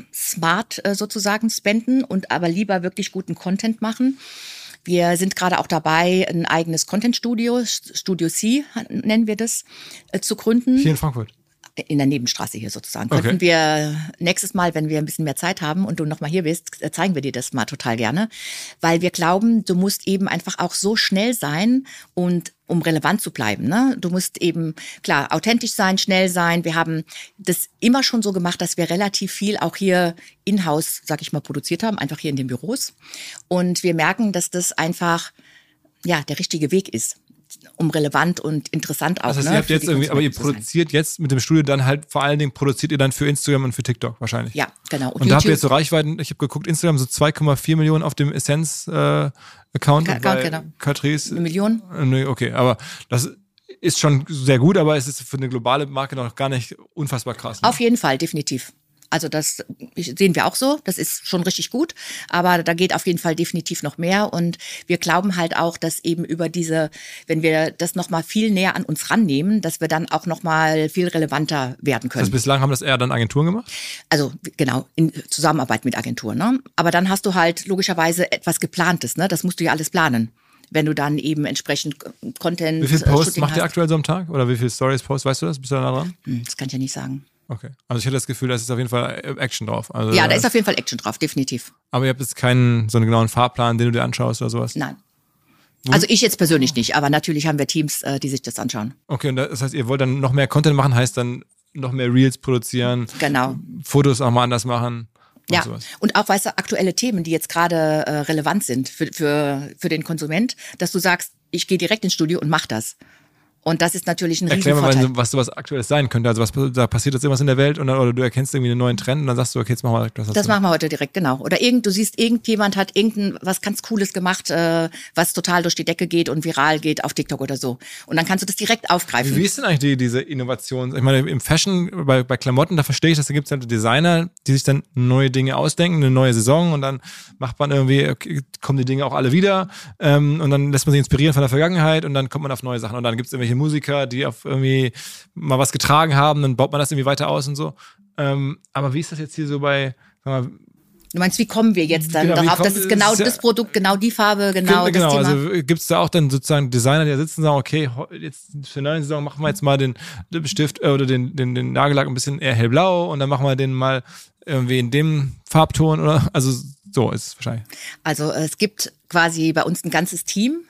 smart äh, sozusagen spenden und aber lieber wirklich guten Content machen. Wir sind gerade auch dabei, ein eigenes Content-Studio, Studio C nennen wir das, äh, zu gründen. Hier in Frankfurt? In der Nebenstraße hier sozusagen. Okay. Könnten wir nächstes Mal, wenn wir ein bisschen mehr Zeit haben und du nochmal hier bist, zeigen wir dir das mal total gerne. Weil wir glauben, du musst eben einfach auch so schnell sein und um relevant zu bleiben. Ne? Du musst eben, klar, authentisch sein, schnell sein. Wir haben das immer schon so gemacht, dass wir relativ viel auch hier in-house, sag ich mal, produziert haben, einfach hier in den Büros. Und wir merken, dass das einfach, ja, der richtige Weg ist, um relevant und interessant auch. Das heißt, ne, ihr habt jetzt irgendwie, aber ihr produziert jetzt mit dem Studio dann halt, vor allen Dingen produziert ihr dann für Instagram und für TikTok wahrscheinlich. Ja, genau. Und, und da habt ihr jetzt so Reichweiten, ich habe geguckt, Instagram so zwei Komma vier Millionen auf dem Essence-Account. Äh, Account, genau. Catrice. Eine Million? Nee, okay, aber das ist schon sehr gut, aber es ist für eine globale Marke noch gar nicht unfassbar krass. Ne? Auf jeden Fall, definitiv. Also das sehen wir auch so, das ist schon richtig gut, aber da geht auf jeden Fall definitiv noch mehr und wir glauben halt auch, dass eben über diese, wenn wir das nochmal viel näher an uns rannehmen, dass wir dann auch nochmal viel relevanter werden können. Das heißt, bislang haben das eher dann Agenturen gemacht? Also genau, in Zusammenarbeit mit Agenturen, ne? Aber dann hast du halt logischerweise etwas Geplantes, ne? Das musst du ja alles planen, wenn du dann eben entsprechend Content. Wie viele Posts macht ihr aktuell so am Tag oder wie viele Stories Posts, weißt du das? Bist du da nah dran? Das kann ich ja nicht sagen. Okay, also ich hatte das Gefühl, da ist auf jeden Fall Action drauf. Also ja, da ist auf jeden Fall Action drauf, definitiv. Aber ihr habt jetzt keinen so einen genauen Fahrplan, den du dir anschaust oder sowas? Nein. Also ich jetzt persönlich nicht, aber natürlich haben wir Teams, die sich das anschauen. Okay, und das heißt, ihr wollt dann noch mehr Content machen, heißt dann noch mehr Reels produzieren, genau. Fotos auch mal anders machen. Und ja, sowas. Und auch, weißt du, aktuelle Themen, die jetzt gerade äh, relevant sind für, für, für den Konsument, dass du sagst, ich gehe direkt ins Studio und mach das. Und das ist natürlich ein Erklär Riesenvorteil. mal, was sowas Aktuelles sein könnte. Also was da passiert jetzt irgendwas in der Welt und dann, oder du erkennst irgendwie einen neuen Trend und dann sagst du, okay, jetzt machen wir direkt was. Das machen wir heute direkt, genau. Oder irgend, du siehst, irgendjemand hat irgendein was ganz Cooles gemacht, äh, was total durch die Decke geht und viral geht auf TikTok oder so. Und dann kannst du das direkt aufgreifen. Wie, wie ist denn eigentlich die, diese Innovation? Ich meine, im Fashion, bei, bei Klamotten, da verstehe ich das, da gibt es halt Designer, die sich dann neue Dinge ausdenken, eine neue Saison und dann macht man irgendwie, okay, kommen die Dinge auch alle wieder ähm, und dann lässt man sich inspirieren von der Vergangenheit und dann kommt man auf neue Sachen und dann gibt es irgendwelche Musiker, die auf irgendwie mal was getragen haben, dann baut man das irgendwie weiter aus und so. Ähm, aber wie ist das jetzt hier so bei, sag mal, du meinst, wie kommen wir jetzt dann genau, darauf? kommt, das ist genau ist ja, das Produkt, genau die Farbe, genau, genau das Thema. Also gibt es da auch dann sozusagen Designer, die da sitzen und sagen, okay, jetzt für eine neue Saison machen wir jetzt mal den Stift äh, oder den, den, den Nagellack ein bisschen eher hellblau und dann machen wir den mal irgendwie in dem Farbton oder, also so ist es wahrscheinlich. Also es gibt quasi bei uns ein ganzes Team,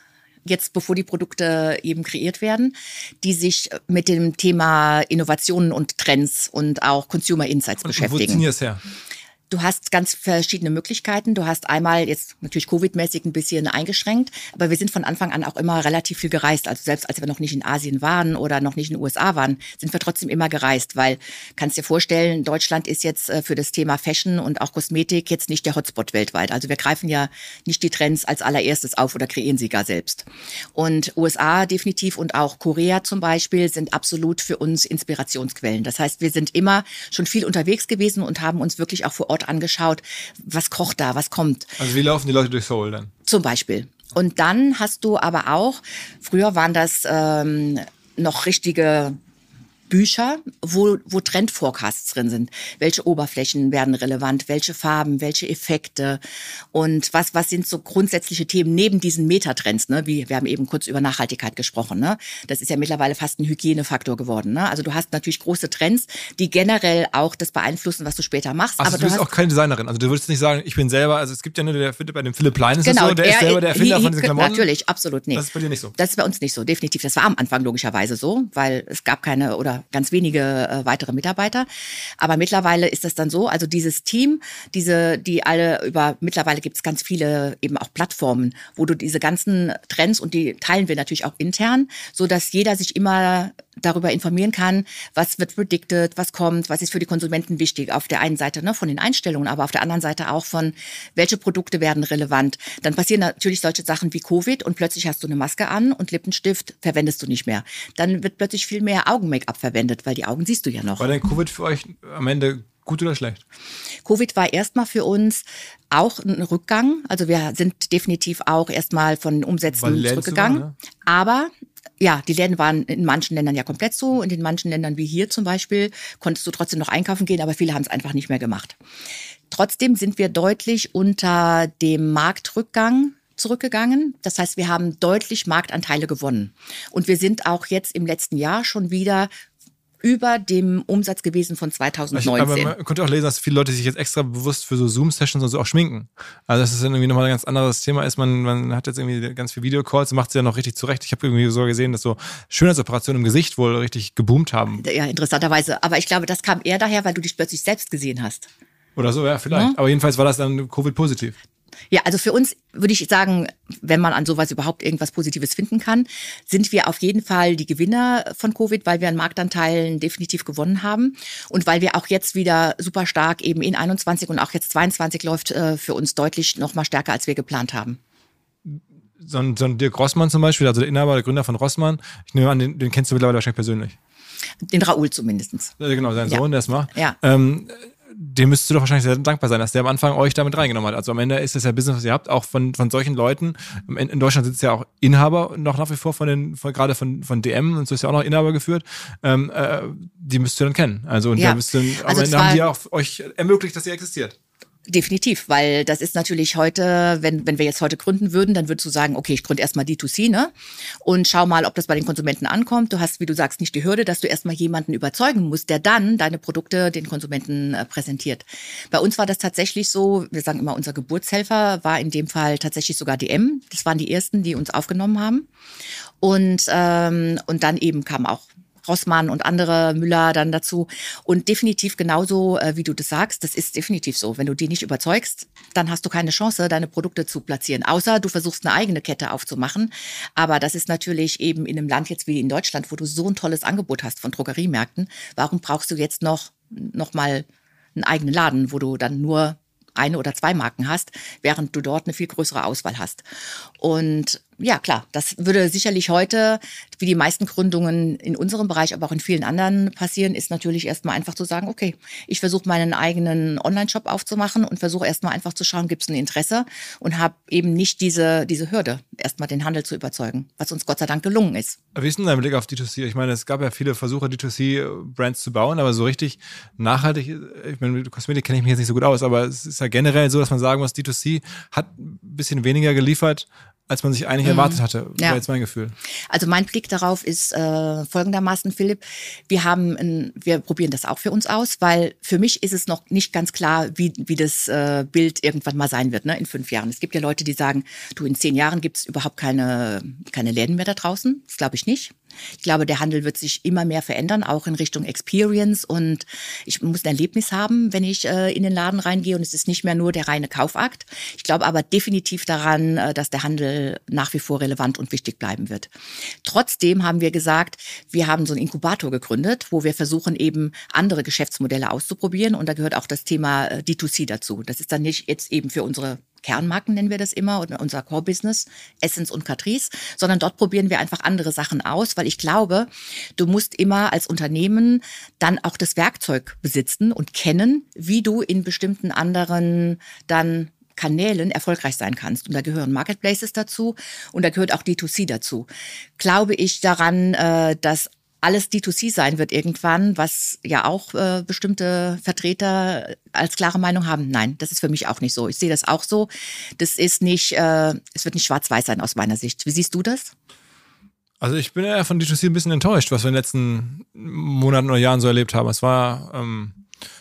jetzt bevor die Produkte eben kreiert werden, die sich mit dem Thema Innovationen und Trends und auch Consumer Insights und, beschäftigen. Und wo ziehen die das her? Du hast ganz verschiedene Möglichkeiten. Du hast einmal jetzt natürlich Covid-mäßig ein bisschen eingeschränkt, aber wir sind von Anfang an auch immer relativ viel gereist. Also selbst als wir noch nicht in Asien waren oder noch nicht in den U S A waren, sind wir trotzdem immer gereist, weil, kannst dir vorstellen, Deutschland ist jetzt für das Thema Fashion und auch Kosmetik jetzt nicht der Hotspot weltweit. Also wir greifen ja nicht die Trends als allererstes auf oder kreieren sie gar selbst. Und U S A definitiv und auch Korea zum Beispiel sind absolut für uns Inspirationsquellen. Das heißt, wir sind immer schon viel unterwegs gewesen und haben uns wirklich auch vor Ort angeschaut, was kocht da, was kommt. Also wie laufen die Leute durch Seoul dann? Zum Beispiel. Und dann hast du aber auch, früher waren das ähm, noch richtige Bücher, wo, wo Trend-Forecasts drin sind. Welche Oberflächen werden relevant, welche Farben, welche Effekte und was, was sind so grundsätzliche Themen neben diesen Metatrends, ne? Wie, wir haben eben kurz über Nachhaltigkeit gesprochen, ne? Das ist ja mittlerweile fast ein Hygienefaktor geworden, ne? Also du hast natürlich große Trends, die generell auch das beeinflussen, was du später machst. Also aber du bist hast auch keine Designerin, also du würdest nicht sagen, ich bin selber, also es gibt ja nur, der, bei dem Philipp Plein ist genau, es so, der er, ist selber der Erfinder he, von diesen Klamotten. Natürlich, absolut, nee. Das ist bei dir nicht so? Das ist bei uns nicht so, definitiv. Das war am Anfang logischerweise so, weil es gab keine oder ganz wenige äh, weitere Mitarbeiter. Aber mittlerweile ist das dann so, also dieses Team, diese, die alle über, mittlerweile gibt es ganz viele eben auch Plattformen, wo du diese ganzen Trends und die teilen wir natürlich auch intern, so dass jeder sich immer darüber informieren kann, was wird predicted, was kommt, was ist für die Konsumenten wichtig. Auf der einen Seite ne, von den Einstellungen, aber auf der anderen Seite auch von, welche Produkte werden relevant. Dann passieren natürlich solche Sachen wie Covid und plötzlich hast du eine Maske an und Lippenstift verwendest du nicht mehr. Dann wird plötzlich viel mehr Augen-Make-up verwendet, weil die Augen siehst du ja noch. War denn Covid für euch am Ende gut oder schlecht? Covid war erstmal für uns auch ein Rückgang. Also wir sind definitiv auch erstmal von den Umsätzen zurückgegangen. Waren, ne? Aber ja, die Läden waren in manchen Ländern ja komplett so. In den manchen Ländern wie hier zum Beispiel konntest du trotzdem noch einkaufen gehen, aber viele haben es einfach nicht mehr gemacht. Trotzdem sind wir deutlich unter dem Marktrückgang zurückgegangen. Das heißt, wir haben deutlich Marktanteile gewonnen. Und wir sind auch jetzt im letzten Jahr schon wieder über dem Umsatz gewesen von zweitausendneunzehn. Aber man konnte auch lesen, dass viele Leute sich jetzt extra bewusst für so Zoom-Sessions und so auch schminken. Also das ist dann irgendwie nochmal ein ganz anderes Thema ist. Man, man hat jetzt irgendwie ganz viele Videocalls und macht es ja noch richtig zurecht. Ich habe irgendwie so gesehen, dass so Schönheitsoperationen im Gesicht wohl richtig geboomt haben. Ja, interessanterweise. Aber ich glaube, das kam eher daher, weil du dich plötzlich selbst gesehen hast. Oder so, ja, vielleicht. Ja. Aber jedenfalls war das dann Covid-positiv. Ja, also für uns würde ich sagen, wenn man an sowas überhaupt irgendwas Positives finden kann, sind wir auf jeden Fall die Gewinner von Covid, weil wir an Marktanteilen definitiv gewonnen haben und weil wir auch jetzt wieder super stark eben in einundzwanzig und auch jetzt zweiundzwanzig läuft äh, für uns deutlich noch mal stärker, als wir geplant haben. So ein, so ein Dirk Rossmann zum Beispiel, also der Inhaber, der Gründer von Rossmann, ich nehme an, den, den kennst du mittlerweile wahrscheinlich persönlich. Den Raoul zumindest. Ja, genau, sein ja. Sohn, der es macht. Ja. Ähm, dem müsstest du doch wahrscheinlich sehr dankbar sein, dass der am Anfang euch damit reingenommen hat. Also am Ende ist das ja Business, was ihr habt, auch von, von solchen Leuten. In Deutschland sind es ja auch Inhaber noch nach wie vor von den, von, gerade von, von D M und so ist ja auch noch Inhaber geführt. Ähm, äh, die müsst ihr dann kennen. Also und ja. da müsst ihr, am also Ende haben die auch euch ermöglicht, dass ihr existiert. Definitiv, weil das ist natürlich heute, wenn wenn wir jetzt heute gründen würden, dann würdest du sagen, okay, ich gründe erstmal D zwei C, ne? Und schau mal, ob das bei den Konsumenten ankommt. Du hast, wie du sagst, nicht die Hürde, dass du erstmal jemanden überzeugen musst, der dann deine Produkte den Konsumenten äh, präsentiert. Bei uns war das tatsächlich so, wir sagen immer, unser Geburtshelfer war in dem Fall tatsächlich sogar D M. Das waren die ersten, die uns aufgenommen haben. Und ähm, und dann eben kam auch Rossmann und andere, Müller dann dazu. Und definitiv genauso, äh, wie du das sagst, das ist definitiv so. Wenn du die nicht überzeugst, dann hast du keine Chance, deine Produkte zu platzieren. Außer du versuchst eine eigene Kette aufzumachen. Aber das ist natürlich eben in einem Land jetzt wie in Deutschland, wo du so ein tolles Angebot hast von Drogeriemärkten. Warum brauchst du jetzt noch, noch mal einen eigenen Laden, wo du dann nur eine oder zwei Marken hast, während du dort eine viel größere Auswahl hast. Und ja, klar, das würde sicherlich heute, wie die meisten Gründungen in unserem Bereich, aber auch in vielen anderen passieren, ist natürlich erstmal einfach zu sagen, okay, ich versuche meinen eigenen Online-Shop aufzumachen und versuche erstmal einfach zu schauen, gibt es ein Interesse und habe eben nicht diese, diese Hürde, erstmal den Handel zu überzeugen, was uns Gott sei Dank gelungen ist. Wie ist denn dein Blick auf D zwei C? Ich meine, es gab ja viele Versuche, D zwei C-Brands zu bauen, aber so richtig nachhaltig, ich meine, mit Kosmetik kenne ich mich jetzt nicht so gut aus, aber es ist ja generell so, dass man sagen muss, D zwei C hat ein bisschen weniger geliefert als man sich eigentlich mhm. erwartet hatte, ja. war jetzt mein Gefühl. Also mein Blick darauf ist äh, folgendermaßen, Philipp. Wir haben, ein, wir probieren das auch für uns aus, weil für mich ist es noch nicht ganz klar, wie, wie das äh, Bild irgendwann mal sein wird, ne, in fünf Jahren. Es gibt ja Leute, die sagen, du, in zehn Jahren gibt es überhaupt keine, keine Läden mehr da draußen. Das glaube ich nicht. Ich glaube, der Handel wird sich immer mehr verändern, auch in Richtung Experience, und ich muss ein Erlebnis haben, wenn ich äh, in den Laden reingehe, und es ist nicht mehr nur der reine Kaufakt. Ich glaube aber definitiv daran, äh, dass der Handel nach wie vor relevant und wichtig bleiben wird. Trotzdem haben wir gesagt, wir haben so einen Inkubator gegründet, wo wir versuchen, eben andere Geschäftsmodelle auszuprobieren, und da gehört auch das Thema äh, D zwei C dazu. Das ist dann nicht jetzt eben für unsere Kernmarken, nennen wir das immer, oder unser Core-Business, Essence und Catrice, sondern dort probieren wir einfach andere Sachen aus, weil ich glaube, du musst immer als Unternehmen dann auch das Werkzeug besitzen und kennen, wie du in bestimmten anderen dann Kanälen erfolgreich sein kannst. Und da gehören Marketplaces dazu und da gehört auch D zwei C dazu. Glaube ich daran, dass alles D zwei C sein wird irgendwann, was ja auch äh, bestimmte Vertreter als klare Meinung haben. Nein, das ist für mich auch nicht so. Ich sehe das auch so. Das ist nicht, äh, es wird nicht schwarz-weiß sein aus meiner Sicht. Wie siehst du das? Also ich bin ja von D zwei C ein bisschen enttäuscht, was wir in den letzten Monaten oder Jahren so erlebt haben. Es war ähm,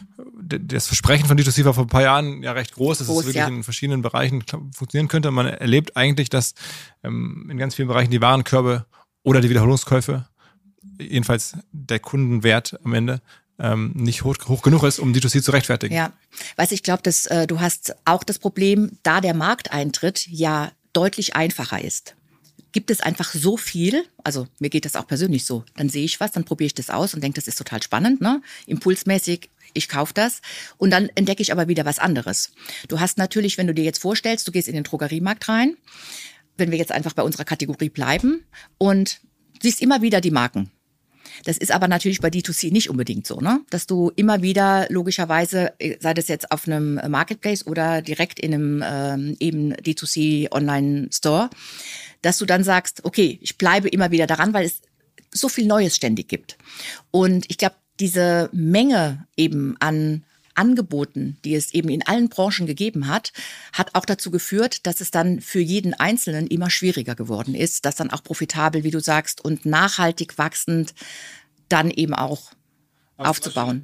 das Versprechen von D zwei C war vor ein paar Jahren ja recht groß, dass groß, es wirklich ja. in verschiedenen Bereichen funktionieren könnte. Man erlebt eigentlich, dass ähm, in ganz vielen Bereichen die Warenkörbe oder die Wiederholungskäufe, jedenfalls der Kundenwert am Ende, ähm, nicht hoch, hoch genug ist, um D zwei C zu rechtfertigen. Ja, weißt, ich glaube, dass äh, du hast auch das Problem, da der Markteintritt ja deutlich einfacher ist. Gibt es einfach so viel, also mir geht das auch persönlich so, dann sehe ich was, dann probiere ich das aus und denke, das ist total spannend, ne? Impulsmäßig, ich kaufe das, und dann entdecke ich aber wieder was anderes. Du hast natürlich, wenn du dir jetzt vorstellst, du gehst in den Drogeriemarkt rein, wenn wir jetzt einfach bei unserer Kategorie bleiben, und siehst immer wieder die Marken. Das ist aber natürlich bei D zwei C nicht unbedingt so, ne? Dass du immer wieder logischerweise, sei das jetzt auf einem Marketplace oder direkt in einem ähm, eben D zwei C Online-Store, dass du dann sagst, okay, ich bleibe immer wieder daran, weil es so viel Neues ständig gibt. Und ich glaube, diese Menge eben an Angeboten, die es eben in allen Branchen gegeben hat, hat auch dazu geführt, dass es dann für jeden Einzelnen immer schwieriger geworden ist, das dann auch profitabel, wie du sagst, und nachhaltig wachsend dann eben auch Aber aufzubauen.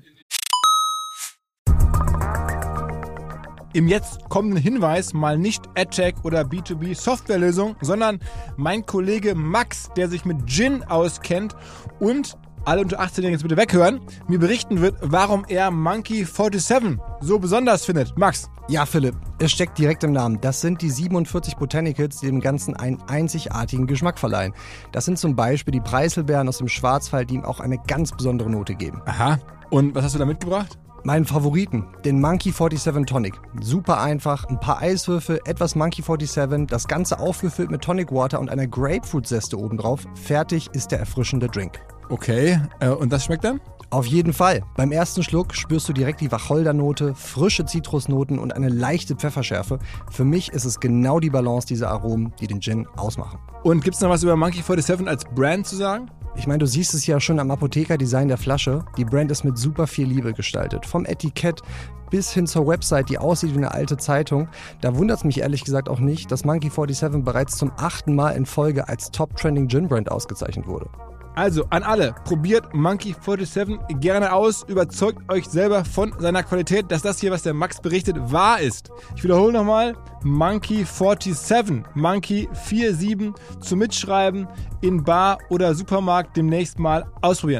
Im jetzt kommenden Hinweis mal nicht AdTech oder B zwei B Softwarelösung, sondern mein Kollege Max, der sich mit Gin auskennt und alle unter achtzehnjährigen jetzt bitte weghören, mir berichten wird, warum er Monkey siebenundvierzig so besonders findet. Max. Ja, Philipp, es steckt direkt im Namen. Das sind die siebenundvierzig Botanicals, die dem Ganzen einen einzigartigen Geschmack verleihen. Das sind zum Beispiel die Preiselbeeren aus dem Schwarzwald, die ihm auch eine ganz besondere Note geben. Aha. Und was hast du da mitgebracht? Meinen Favoriten, den Monkey siebenundvierzig Tonic. Super einfach, ein paar Eiswürfel, etwas Monkey siebenundvierzig, das Ganze aufgefüllt mit Tonic Water und einer Grapefruit-Zeste obendrauf. Fertig ist der erfrischende Drink. Okay, äh, und das schmeckt dann? Auf jeden Fall. Beim ersten Schluck spürst du direkt die Wacholdernote, frische Zitrusnoten und eine leichte Pfefferschärfe. Für mich ist es genau die Balance dieser Aromen, die den Gin ausmachen. Und gibt's noch was über Monkey siebenundvierzig als Brand zu sagen? Ich meine, du siehst es ja schon am Apotheker-Design der Flasche. Die Brand ist mit super viel Liebe gestaltet. Vom Etikett bis hin zur Website, die aussieht wie eine alte Zeitung. Da wundert es mich ehrlich gesagt auch nicht, dass Monkey siebenundvierzig bereits zum achten Mal in Folge als Top-Trending-Gin-Brand ausgezeichnet wurde. Also an alle, probiert Monkey siebenundvierzig gerne aus, überzeugt euch selber von seiner Qualität, dass das hier, was der Max berichtet, wahr ist. Ich wiederhole nochmal, Monkey siebenundvierzig, Monkey siebenundvierzig zum Mitschreiben in Bar oder Supermarkt demnächst mal ausprobieren.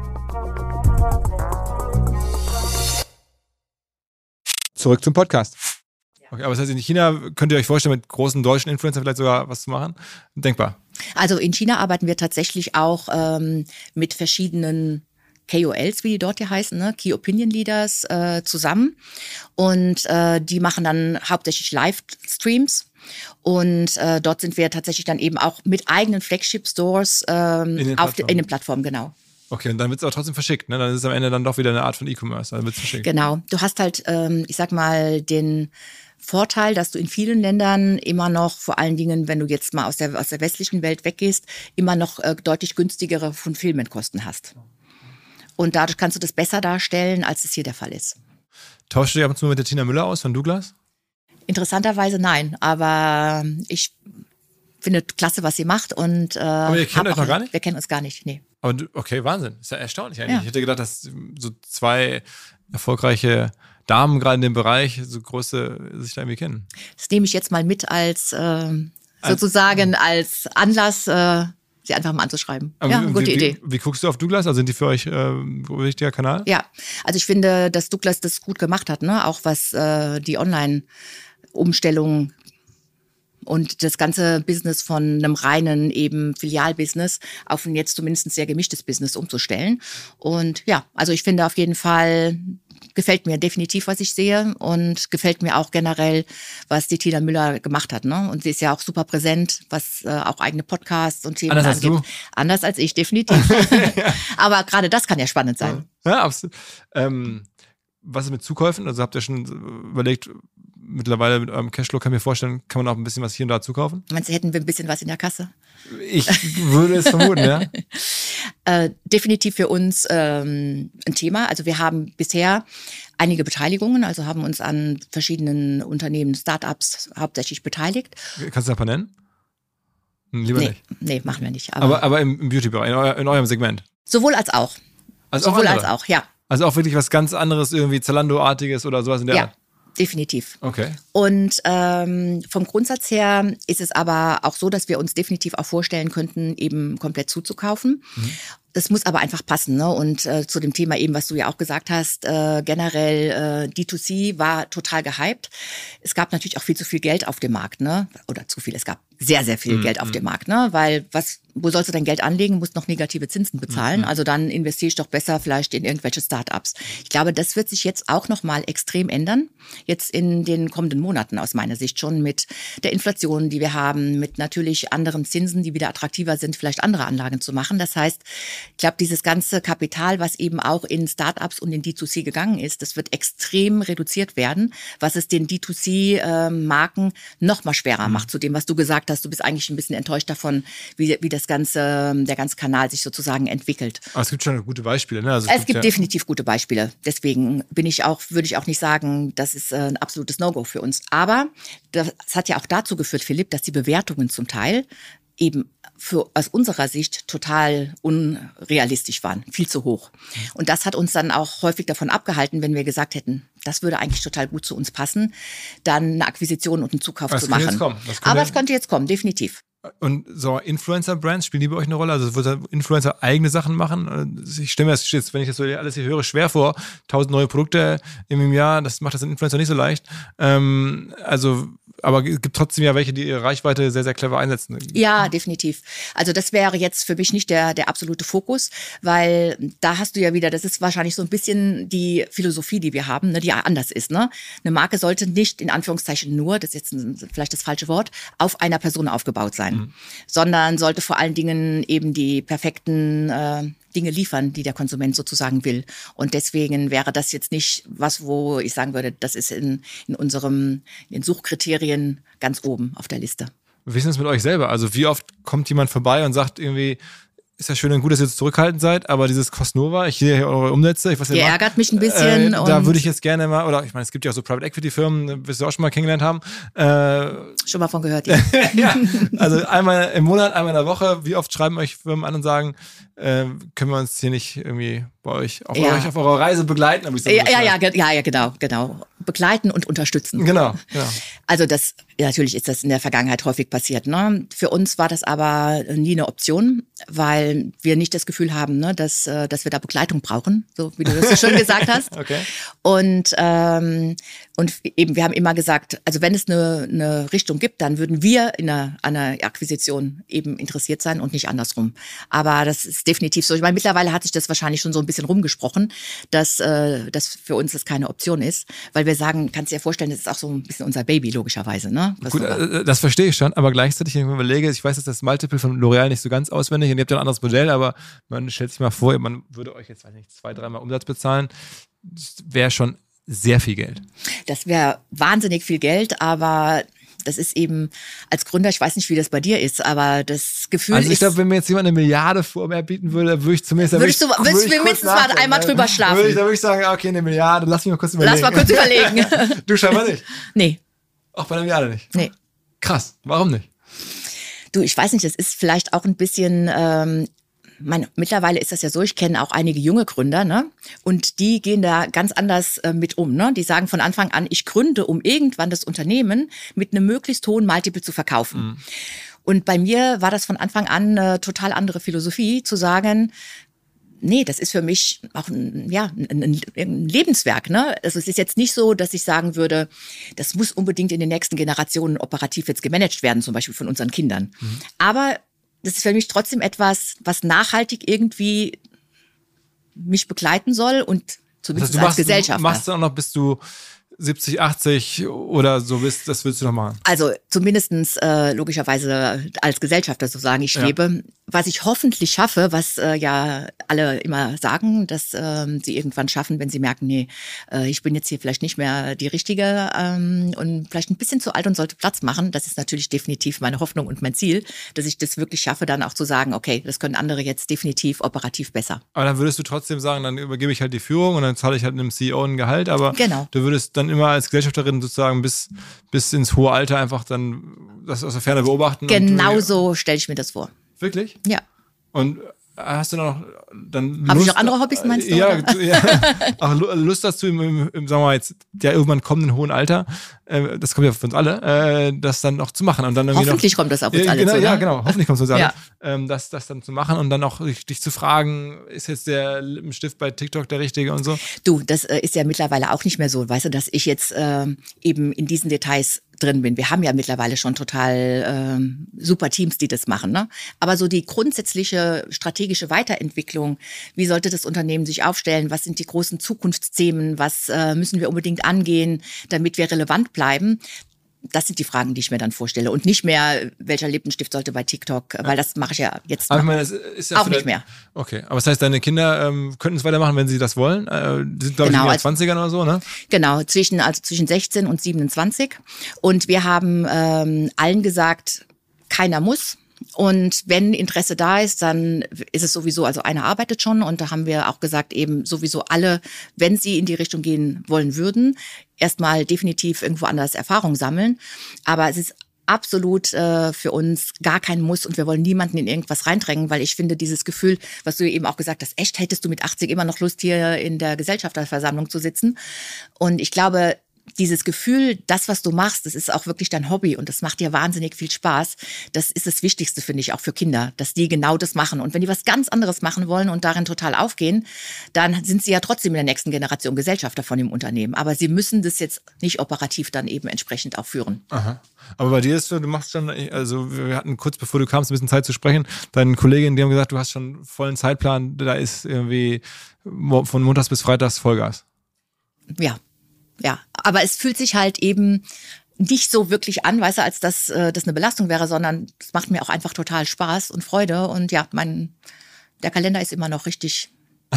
Zurück zum Podcast. Okay, aber das heißt, in China könnt ihr euch vorstellen, mit großen deutschen Influencern vielleicht sogar was zu machen? Denkbar. Also in China arbeiten wir tatsächlich auch ähm, mit verschiedenen K O Ls, wie die dort hier heißen, ne? Key Opinion Leaders, äh, zusammen. Und äh, die machen dann hauptsächlich Livestreams. Und äh, dort sind wir tatsächlich dann eben auch mit eigenen Flagship-Stores ähm, in, auf, in den Plattformen, genau. Okay, und dann wird es aber trotzdem verschickt, ne? Dann ist es am Ende dann doch wieder eine Art von E-Commerce. Dann wird's verschickt. Genau. Du hast halt, ähm, ich sag mal, den Vorteil, dass du in vielen Ländern immer noch, vor allen Dingen, wenn du jetzt mal aus der, aus der westlichen Welt weggehst, immer noch äh, deutlich günstigere Fulfillment-Kosten hast. Und dadurch kannst du das besser darstellen, als es hier der Fall ist. Tauschst du dich ab und zu mit der Tina Müller aus von Douglas? Interessanterweise nein, aber ich finde klasse, was sie macht. Und, äh, Aber ihr kennt euch noch gar nicht? Wir kennen uns gar nicht, nee. Aber du, okay, Wahnsinn. Ist ja erstaunlich eigentlich. Ja. Ich hätte gedacht, dass so zwei erfolgreiche Damen gerade in dem Bereich, so große, sich da irgendwie kennen. Das nehme ich jetzt mal mit als, äh, sozusagen als Anlass, äh, sie einfach mal anzuschreiben. Aber ja, wie, gute wie, Idee. Wie, wie guckst du auf Douglas? Also sind die für euch äh, ein wichtiger Kanal? Ja, also ich finde, dass Douglas das gut gemacht hat, ne? Auch was äh, die Online-Umstellung und das ganze Business von einem reinen eben Filialbusiness auf ein jetzt zumindest sehr gemischtes Business umzustellen. Und ja, also ich finde auf jeden Fall, gefällt mir definitiv, was ich sehe und gefällt mir auch generell, was die Tina Müller gemacht hat. Ne? Und sie ist ja auch super präsent, was äh, auch eigene Podcasts und Themen Anders angeht. als du? Anders als ich, definitiv. Ja. Aber gerade das kann ja spannend sein. Ja, absolut. Ähm, was ist mit Zukäufen? Also habt ihr schon überlegt, mittlerweile mit eurem Cashflow, kann ich mir vorstellen, kann man auch ein bisschen was hier und da zukaufen? Meinst du, hätten wir ein bisschen was in der Kasse? Ich würde es vermuten, ja. Äh, definitiv für uns ähm, ein Thema. Also wir haben bisher einige Beteiligungen, also haben uns an verschiedenen Unternehmen, Startups hauptsächlich beteiligt. Kannst du da ein paar nennen? Hm, lieber nee, nicht. Nee, machen wir nicht. Aber, aber, aber im, im Beauty-Bereich, in, euer, in eurem Segment? Sowohl als auch. Also Sowohl auch als auch, ja. Also auch wirklich was ganz anderes, irgendwie Zalando-artiges oder sowas in der ja. Art? Definitiv. Okay. Und ähm, vom Grundsatz her ist es aber auch so, dass wir uns definitiv auch vorstellen könnten, eben komplett zuzukaufen. Mhm. Das muss aber einfach passen. Ne? Und äh, zu dem Thema eben, was du ja auch gesagt hast, äh, generell äh, D zwei C war total gehypt. Es gab natürlich auch viel zu viel Geld auf dem Markt. Ne? Oder zu viel, es gab sehr, sehr viel mhm. Geld auf dem Markt. Ne? Weil was, wo sollst du dein Geld anlegen? Musst noch negative Zinsen bezahlen. Mhm. Also dann investiere ich doch besser vielleicht in irgendwelche Startups. Ich glaube, das wird sich jetzt auch nochmal extrem ändern. Jetzt in den kommenden Monaten aus meiner Sicht schon mit der Inflation, die wir haben, mit natürlich anderen Zinsen, die wieder attraktiver sind, vielleicht andere Anlagen zu machen. Das heißt, ich glaube, dieses ganze Kapital, was eben auch in Startups und in D zwei C gegangen ist, das wird extrem reduziert werden, was es den D zwei C-Marken noch mal schwerer mhm. macht. Zu dem, was du gesagt hast, du bist eigentlich ein bisschen enttäuscht davon, wie, wie das ganze, der ganze Kanal sich sozusagen entwickelt. Aber es gibt schon gute Beispiele, ne? Also es, es gibt, gibt ja definitiv gute Beispiele. Deswegen bin ich auch, würde ich auch nicht sagen, das ist ein absolutes No-Go für uns. Aber das hat ja auch dazu geführt, Philipp, dass die Bewertungen zum Teil eben für, aus unserer Sicht total unrealistisch waren, viel zu hoch. Und das hat uns dann auch häufig davon abgehalten, wenn wir gesagt hätten, das würde eigentlich total gut zu uns passen, dann eine Akquisition und einen Zukauf das zu machen. Jetzt kommen. Das Aber es könnte jetzt kommen, definitiv. Und so Influencer-Brands, spielen die bei euch eine Rolle? Also wird Influencer eigene Sachen machen? Ich stelle mir das jetzt, wenn ich das so alles hier höre, schwer vor. Tausend neue Produkte im Jahr, das macht das den Influencer nicht so leicht. Ähm, also aber es gibt trotzdem ja welche, die ihre Reichweite sehr, sehr clever einsetzen. Ja, definitiv. Also das wäre jetzt für mich nicht der, der absolute Fokus, weil da hast du ja wieder, das ist wahrscheinlich so ein bisschen die Philosophie, die wir haben, ne, die anders ist. Ne? Eine Marke sollte nicht, in Anführungszeichen nur, das ist jetzt ein, vielleicht das falsche Wort, auf einer Person aufgebaut sein, mhm. sondern sollte vor allen Dingen eben die perfekten äh, Dinge liefern, die der Konsument sozusagen will. Und deswegen wäre das jetzt nicht was, wo ich sagen würde, das ist in, in unserem in den Suchkriterien ganz oben auf der Liste. Wie ist das mit euch selber? Also wie oft kommt jemand vorbei und sagt irgendwie, ist ja schön und gut, dass ihr jetzt zurückhaltend seid, aber dieses Cosnova, ich sehe hier eure Umsätze, ich weiß nicht. Ihr ärgert mich ein bisschen. Äh, da würde ich jetzt gerne mal, oder ich meine, es gibt ja auch so Private Equity Firmen, wirst du auch schon mal kennengelernt haben. Äh, schon mal von gehört, ja. Ja. Also einmal im Monat, einmal in der Woche, wie oft schreiben euch Firmen an und sagen, äh, können wir uns hier nicht irgendwie bei euch auf, ja. euch auf eurer Reise begleiten? Aber ich ja, ja, ja, ja, ja, genau, genau. Begleiten und unterstützen. Genau, genau. Also das, natürlich ist das in der Vergangenheit häufig passiert. Ne? Für uns war das aber nie eine Option, weil wir nicht das Gefühl haben, ne, dass, dass wir da Begleitung brauchen, so wie du das so schön gesagt hast. Okay. Und, ähm, und eben, wir haben immer gesagt, also wenn es eine, eine Richtung gibt, dann würden wir in einer, einer Akquisition eben interessiert sein und nicht andersrum. Aber das ist definitiv so. Ich meine, mittlerweile hat sich das wahrscheinlich schon so ein bisschen rumgesprochen, dass, äh, dass für uns das keine Option ist, weil wir sagen, kannst dir ja vorstellen, das ist auch so ein bisschen unser Baby, logischerweise. Ne? Gut, äh, das verstehe ich schon, aber gleichzeitig, wenn ich mir überlege, ich weiß, dass das Multiple von L'Oreal nicht so ganz auswendig und ihr habt ja ein anderes Modell, aber man stellt sich mal vor, man würde euch jetzt, weiß nicht, zwei, dreimal Umsatz bezahlen, das wäre schon sehr viel Geld. Das wäre wahnsinnig viel Geld, aber das ist eben als Gründer, ich weiß nicht, wie das bei dir ist, aber das Gefühl ist... Also ich glaube, wenn mir jetzt jemand eine Milliarde vorher bieten würde, würde ich zumindest... Würdest du, würdest du mindestens mal einmal drüber schlafen? Würde ich, dann würde ich sagen, okay, eine Milliarde, lass mich mal kurz überlegen. Lass mal kurz überlegen. Du scheinbar nicht? Nee. Auch bei einer Milliarde nicht? Nee. Krass, warum nicht? Du, ich weiß nicht, das ist vielleicht auch ein bisschen... Ähm, Meine, mittlerweile ist das ja so, ich kenne auch einige junge Gründer, ne? Und die gehen da ganz anders äh, mit um, ne? Die sagen von Anfang an, ich gründe, um irgendwann das Unternehmen mit einem möglichst hohen Multiple zu verkaufen. Mhm. Und bei mir war das von Anfang an eine total andere Philosophie, zu sagen, nee, das ist für mich auch ein, ja, ein, ein Lebenswerk, ne? Also es ist jetzt nicht so, dass ich sagen würde, das muss unbedingt in den nächsten Generationen operativ jetzt gemanagt werden, zum Beispiel von unseren Kindern. Mhm. Aber das ist für mich trotzdem etwas, was nachhaltig irgendwie mich begleiten soll und zumindest das heißt, du als Gesellschaft. Du machst du auch noch, bis du siebzig, achtzig oder so bist, das willst du noch machen? Also zumindestens äh, logischerweise als Gesellschafter sozusagen, ich schwebe. Ja. Was ich hoffentlich schaffe, was äh, ja alle immer sagen, dass äh, sie irgendwann schaffen, wenn sie merken, nee, äh, ich bin jetzt hier vielleicht nicht mehr die Richtige ähm, und vielleicht ein bisschen zu alt und sollte Platz machen. Das ist natürlich definitiv meine Hoffnung und mein Ziel, dass ich das wirklich schaffe, dann auch zu sagen, okay, das können andere jetzt definitiv operativ besser. Aber dann würdest du trotzdem sagen, dann übergebe ich halt die Führung und dann zahle ich halt einem C E O ein Gehalt, aber genau. Du würdest dann immer als Gesellschafterin sozusagen bis, bis ins hohe Alter einfach dann das aus der Ferne beobachten. Genau so stelle ich mir das vor. Wirklich? Ja. Und hast du noch dann Habe ich noch andere Hobbys, meinst du? Ja, ja. Auch Lust dazu im, im, im, sagen wir mal jetzt, ja, irgendwann kommenden hohen Alter, äh, das kommt ja für uns alle, äh, das dann noch zu machen. Und dann hoffentlich noch, kommt das auf uns äh, alle genau, zu. Ja, ne? genau, hoffentlich kommt es uns alle. Ja. Ähm, das, das dann zu machen und dann auch dich, dich zu fragen, ist jetzt der Lippenstift bei TikTok der richtige und so? Du, das äh, ist ja mittlerweile auch nicht mehr so, weißt du, dass ich jetzt äh, eben in diesen Details drin bin. Wir haben ja mittlerweile schon total ähm, super Teams, die das machen, ne? Aber so die grundsätzliche strategische Weiterentwicklung, wie sollte das Unternehmen sich aufstellen, was sind die großen Zukunftsthemen, was äh, müssen wir unbedingt angehen, damit wir relevant bleiben, das sind die Fragen, die ich mir dann vorstelle und nicht mehr, welcher Lippenstift sollte bei TikTok, weil das mache ich ja jetzt aber ich meine, das ist ja auch nicht mehr. Okay, aber das heißt, deine Kinder ähm, könnten es weitermachen, wenn sie das wollen? Äh, die sind, glaube genau, ich, in den also, zwanzigern oder so, ne? Genau, zwischen, also zwischen sechzehn und siebenundzwanzig. Und wir haben ähm, allen gesagt, keiner muss. Und wenn Interesse da ist, dann ist es sowieso, also einer arbeitet schon und da haben wir auch gesagt, eben sowieso alle, wenn sie in die Richtung gehen wollen würden, erstmal definitiv irgendwo anders Erfahrung sammeln. Aber es ist absolut äh, für uns gar kein Muss und wir wollen niemanden in irgendwas reindrängen, weil ich finde dieses Gefühl, was du eben auch gesagt hast, echt, hättest du mit achtzig immer noch Lust, hier in der Gesellschafterversammlung zu sitzen? Und ich glaube, dieses Gefühl, das, was du machst, das ist auch wirklich dein Hobby und das macht dir wahnsinnig viel Spaß. Das ist das Wichtigste, finde ich, auch für Kinder, dass die genau das machen. Und wenn die was ganz anderes machen wollen und darin total aufgehen, dann sind sie ja trotzdem in der nächsten Generation Gesellschafter von dem Unternehmen. Aber sie müssen das jetzt nicht operativ dann eben entsprechend auch führen. Aha. Aber bei dir ist so, du machst schon, also wir hatten kurz bevor du kamst ein bisschen Zeit zu sprechen, deine Kolleginnen, die haben gesagt, du hast schon einen vollen Zeitplan, da ist irgendwie von montags bis freitags Vollgas. Ja. Ja, aber es fühlt sich halt eben nicht so wirklich an, weißt du, als dass äh, das eine Belastung wäre, sondern es macht mir auch einfach total Spaß und Freude. Und ja, mein der Kalender ist immer noch richtig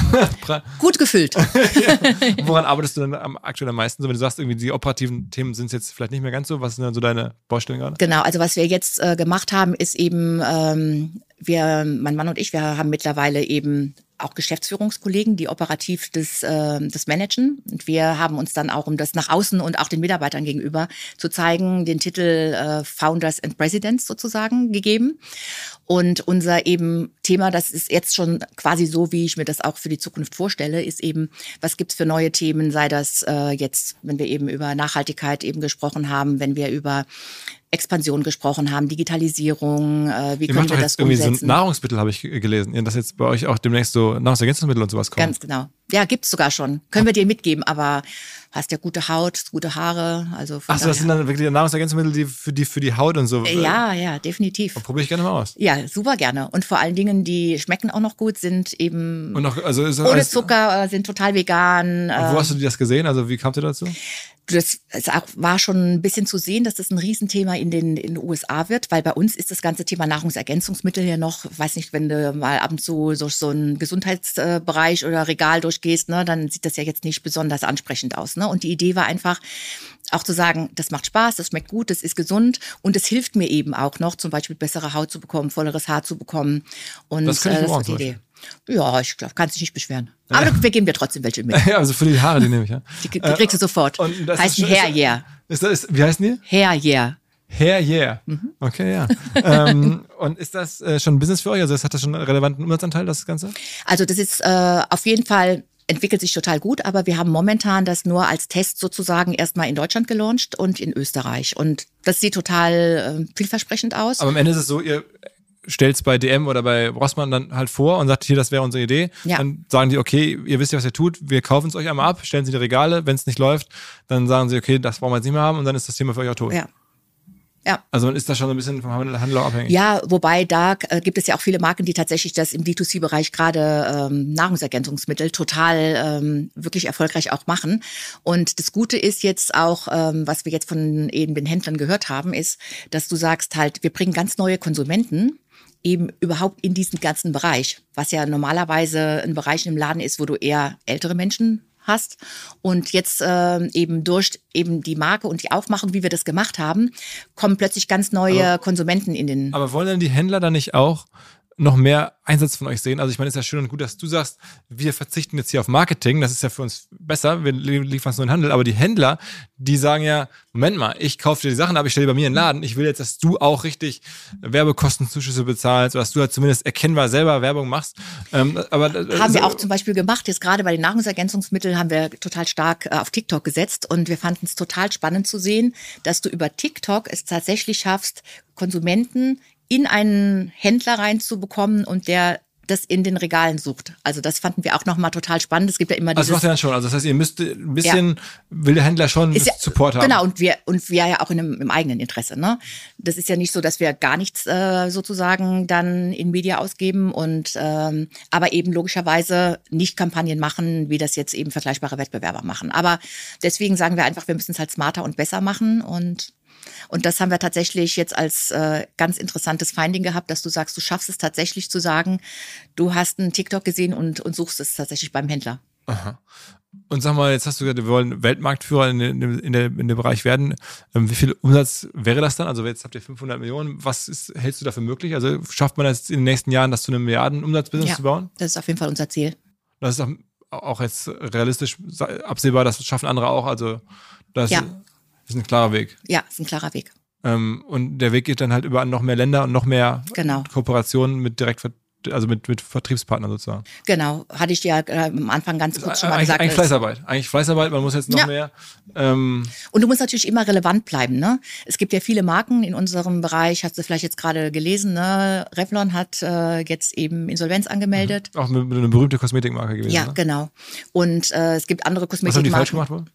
gut gefüllt. Ja. Woran arbeitest du denn am, aktuell am meisten? So, wenn du sagst, irgendwie die operativen Themen sind jetzt vielleicht nicht mehr ganz so, was sind dann so deine Baustellen gerade? Genau, also was wir jetzt äh, gemacht haben, ist eben, ähm, wir, mein Mann und ich, wir haben mittlerweile eben auch Geschäftsführungskollegen, die operativ das, äh, das managen. Und wir haben uns dann auch, um das nach außen und auch den Mitarbeitern gegenüber zu zeigen, den Titel äh, Founders and Presidents sozusagen gegeben. Und unser eben Thema, das ist jetzt schon quasi so, wie ich mir das auch für die Zukunft vorstelle, ist eben, was gibt's für neue Themen, sei das äh, jetzt, wenn wir eben über Nachhaltigkeit eben gesprochen haben, wenn wir über Expansion gesprochen haben, Digitalisierung, äh, wie Ihr können wir das irgendwie umsetzen? So Nahrungsmittel habe ich gelesen, dass jetzt bei euch auch demnächst so Nahrungsergänzungsmittel und sowas kommen. Ganz genau. Ja, gibt's sogar schon. Können wir dir mitgeben, aber hast ja gute Haut, gute Haare, also von Ach so, das sind dann wirklich Nahrungsergänzungsmittel, die für die für die Haut und so. Ja, ja, definitiv. Probiere ich gerne mal aus. Ja, super gerne. Und vor allen Dingen, die schmecken auch noch gut, sind eben und noch, also ist ohne alles, Zucker, sind total vegan. Und wo hast du das gesehen? Also wie kamst du dazu? Das war schon ein bisschen zu sehen, dass das ein Riesenthema in den, in den U S A wird, weil bei uns ist das ganze Thema Nahrungsergänzungsmittel ja noch, weiß nicht, wenn du mal ab und zu durch so einen Gesundheitsbereich oder Regal durchgehst, ne, dann sieht das ja jetzt nicht besonders ansprechend aus. Ne? Und die Idee war einfach, auch zu sagen, das macht Spaß, das schmeckt gut, das ist gesund und es hilft mir eben auch noch, zum Beispiel bessere Haut zu bekommen, volleres Haar zu bekommen. Und das, kann ich äh, das morgen, ist die Idee. Ja, ich glaube, kannst dich nicht beschweren. Aber ja. wir geben dir trotzdem welche mit. Ja, also für die Haare, die nehme ich, ja. Die, die kriegst du sofort. Und das heißen ist, Hair Yeah. Ist das, ist, wie heißen die? Hair Yeah. Hair Yeah. Mhm. Okay, ja. ähm, und ist das äh, schon ein Business für euch? Also das hat das schon einen relevanten Umsatzanteil, das Ganze? Also das ist äh, auf jeden Fall, entwickelt sich total gut, aber wir haben momentan das nur als Test sozusagen erstmal in Deutschland gelauncht und in Österreich. Und das sieht total äh, vielversprechend aus. Aber am Ende ist es so, ihr stellt es bei D M oder bei Rossmann dann halt vor und sagt, hier, das wäre unsere Idee. Ja. Dann sagen die, okay, ihr wisst ja, was ihr tut, wir kaufen es euch einmal ab, stellen sie in die Regale, wenn es nicht läuft, dann sagen sie, okay, das brauchen wir jetzt nicht mehr haben und dann ist das Thema für euch auch tot. Ja. Ja. Also ist das schon so ein bisschen vom Handel, Handel auch abhängig? Ja, wobei da äh, gibt es ja auch viele Marken, die tatsächlich das im D zwei C-Bereich gerade ähm, Nahrungsergänzungsmittel total ähm, wirklich erfolgreich auch machen. Und das Gute ist jetzt auch, ähm, was wir jetzt von eben den Händlern gehört haben, ist, dass du sagst halt, wir bringen ganz neue Konsumenten eben überhaupt in diesen ganzen Bereich, was ja normalerweise ein Bereich im Laden ist, wo du eher ältere Menschen hast und jetzt äh, eben durch eben die Marke und die Aufmachung, wie wir das gemacht haben, kommen plötzlich ganz neue aber, Konsumenten in den... Aber wollen denn die Händler dann nicht auch noch mehr Einsatz von euch sehen? Also ich meine, es ist ja schön und gut, dass du sagst, wir verzichten jetzt hier auf Marketing, das ist ja für uns besser, wir liefern es nur in den Handel, aber die Händler, die sagen ja, Moment mal, ich kaufe dir die Sachen ab, ich stelle die bei mir in den Laden, ich will jetzt, dass du auch richtig Werbekostenzuschüsse bezahlst oder dass du halt zumindest erkennbar selber Werbung machst. Ähm, aber, haben wir auch zum Beispiel gemacht, jetzt gerade bei den Nahrungsergänzungsmitteln haben wir total stark äh, auf TikTok gesetzt und wir fanden es total spannend zu sehen, dass du über TikTok es tatsächlich schaffst, Konsumenten in einen Händler reinzubekommen und der das in den Regalen sucht. Also das fanden wir auch nochmal total spannend. Es gibt ja immer dieses... Also das macht ihr dann schon. Also das heißt, ihr müsst ein bisschen, ja, will der Händler schon ja, Support haben. Genau, und wir und wir ja auch in einem, im eigenen Interesse. Ne? Das ist ja nicht so, dass wir gar nichts äh, sozusagen dann in Media ausgeben und ähm, aber eben logischerweise nicht Kampagnen machen, wie das jetzt eben vergleichbare Wettbewerber machen. Aber deswegen sagen wir einfach, wir müssen es halt smarter und besser machen und Und das haben wir tatsächlich jetzt als äh, ganz interessantes Finding gehabt, dass du sagst, du schaffst es tatsächlich zu sagen, du hast einen TikTok gesehen und, und suchst es tatsächlich beim Händler. Aha. Und sag mal, jetzt hast du gesagt, wir wollen Weltmarktführer in, in, in, der, in dem Bereich werden. Ähm, wie viel Umsatz wäre das dann? Also jetzt habt ihr fünfhundert Millionen. Was ist, hältst du dafür möglich? Also schafft man das in den nächsten Jahren, das zu einem Milliarden-Umsatzbusiness ja, zu bauen? Das ist auf jeden Fall unser Ziel. Das ist auch, auch jetzt realistisch absehbar, das schaffen andere auch. Also das ja. ist ein klarer Weg. Ja, ist ein klarer Weg. Ähm, und der Weg geht dann halt über noch mehr Länder und noch mehr genau. Kooperationen mit direkt, also mit, mit Vertriebspartnern sozusagen. Genau, hatte ich dir ja äh, am Anfang ganz kurz schon mal eigentlich, gesagt. Eigentlich Fleißarbeit. Eigentlich Fleißarbeit, man muss jetzt noch ja. mehr. Ähm und du musst natürlich immer relevant bleiben. Ne? Es gibt ja viele Marken in unserem Bereich, hast du vielleicht jetzt gerade gelesen, ne? Revlon hat äh, jetzt eben Insolvenz angemeldet. Mhm. Auch mit, mit einer berühmte Kosmetikmarke gewesen. Ja, ne? genau. Und äh, es gibt andere Kosmetikmarken. Was haben die falsch gemacht worden?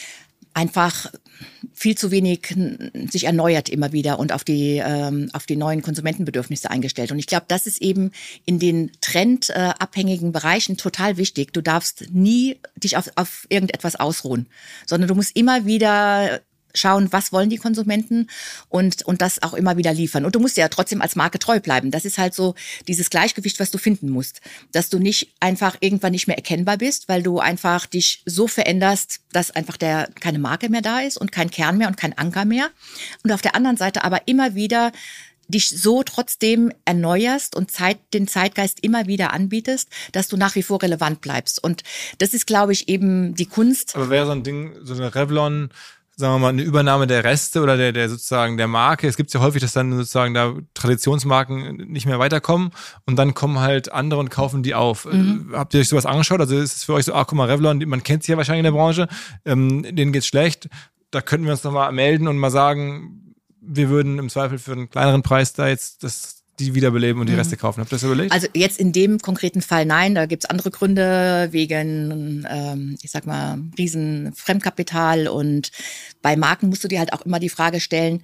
Einfach viel zu wenig sich erneuert immer wieder und auf die ähm, auf die neuen Konsumentenbedürfnisse eingestellt. Und ich glaube, das ist eben in den trendabhängigen Bereichen total wichtig. Du darfst nie dich auf, auf irgendetwas ausruhen, sondern du musst immer wieder schauen, was wollen die Konsumenten und und das auch immer wieder liefern. Und du musst ja trotzdem als Marke treu bleiben. Das ist halt so dieses Gleichgewicht, was du finden musst. Dass du nicht einfach irgendwann nicht mehr erkennbar bist, weil du einfach dich so veränderst, dass einfach der keine Marke mehr da ist und kein Kern mehr und kein Anker mehr. Und auf der anderen Seite aber immer wieder dich so trotzdem erneuerst und Zeit, den Zeitgeist immer wieder anbietest, dass du nach wie vor relevant bleibst. Und das ist, glaube ich, eben die Kunst. Aber wäre so ein Ding, so eine Revlon, sagen wir mal, eine Übernahme der Reste oder der, der sozusagen der Marke. Es gibt ja häufig, dass dann sozusagen da Traditionsmarken nicht mehr weiterkommen und dann kommen halt andere und kaufen die auf. Mhm. Habt ihr euch sowas angeschaut? Also ist es für euch so, ach guck mal, Revlon, man kennt sie ja wahrscheinlich in der Branche, ähm, denen geht's schlecht. Da könnten wir uns nochmal melden und mal sagen, wir würden im Zweifel für einen kleineren Preis da jetzt das die wiederbeleben und die Reste kaufen. Habt ihr das überlegt? Also jetzt in dem konkreten Fall nein, da gibt's andere Gründe wegen, ähm, ich sag mal, riesen Fremdkapital und bei Marken musst du dir halt auch immer die Frage stellen,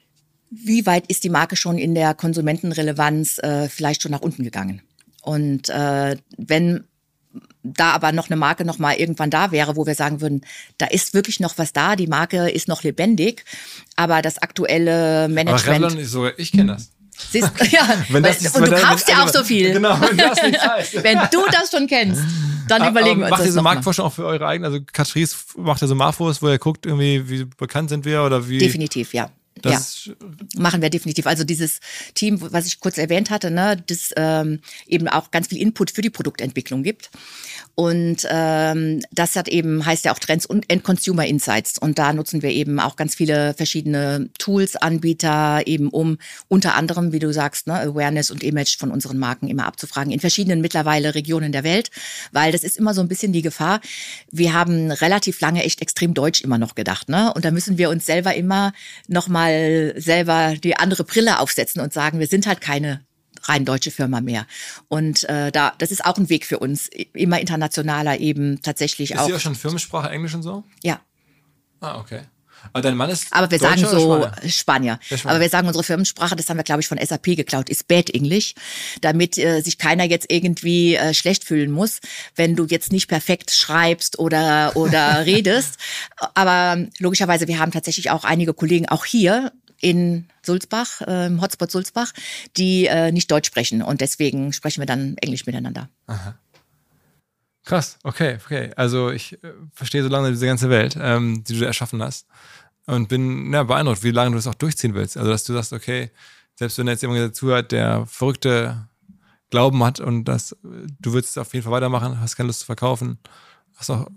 wie weit ist die Marke schon in der Konsumentenrelevanz äh, vielleicht schon nach unten gegangen? Und äh, wenn da aber noch eine Marke noch mal irgendwann da wäre, wo wir sagen würden, da ist wirklich noch was da, die Marke ist noch lebendig, aber das aktuelle Management... Aber Revlon ist sogar, ich kenne das. Siehst, ja, wenn das weil, ist, und du wenn, kaufst wenn, ja auch so viel. Genau, wenn das nicht heißt. Wenn du das schon kennst, dann aber, überlegen wir uns macht das ihr so noch mal. Marktforschung auch für eure eigenen? Also Catrice macht ja so Marfos, wo ihr guckt, irgendwie, wie bekannt sind wir oder wie? Definitiv, ja. Das ja, machen wir definitiv. Also dieses Team, was ich kurz erwähnt hatte, ne, das ähm, eben auch ganz viel Input für die Produktentwicklung gibt. Und ähm, das hat eben, heißt ja auch Trends und End Consumer Insights. Und da nutzen wir eben auch ganz viele verschiedene Tools, Anbieter, eben um unter anderem, wie du sagst, ne, Awareness und Image von unseren Marken immer abzufragen in verschiedenen mittlerweile Regionen der Welt. Weil das ist immer so ein bisschen die Gefahr. Wir haben relativ lange echt extrem deutsch immer noch gedacht, ne? Und da müssen wir uns selber immer nochmal selber die andere Brille aufsetzen und sagen, wir sind halt keine rein deutsche Firma mehr. Und äh, da, das ist auch ein Weg für uns, immer internationaler eben tatsächlich ist auch. Ist die auch schon Firmensprache Englisch und so? Ja. Ah, okay. Aber dein Mann ist Aber wir Deutscher sagen so oder Spanier? Spanier. Der Spanier. Aber wir sagen, unsere Firmensprache, das haben wir, glaube ich, von S A P geklaut, ist Bad English, damit äh, sich keiner jetzt irgendwie äh, schlecht fühlen muss, wenn du jetzt nicht perfekt schreibst oder oder redest. Aber logischerweise, wir haben tatsächlich auch einige Kollegen auch hier in Sulzbach, äh, im Hotspot Sulzbach, die äh, nicht Deutsch sprechen. Und deswegen sprechen wir dann Englisch miteinander. Aha. Krass, okay, okay. Also ich äh, verstehe so lange diese ganze Welt, ähm, die du erschaffen hast. Und bin ja, beeindruckt, wie lange du das auch durchziehen willst. Also dass du sagst, okay, selbst wenn jetzt jemand zuhört, der verrückte Glauben hat und das, du willst es auf jeden Fall weitermachen, hast keine Lust zu verkaufen, hast auch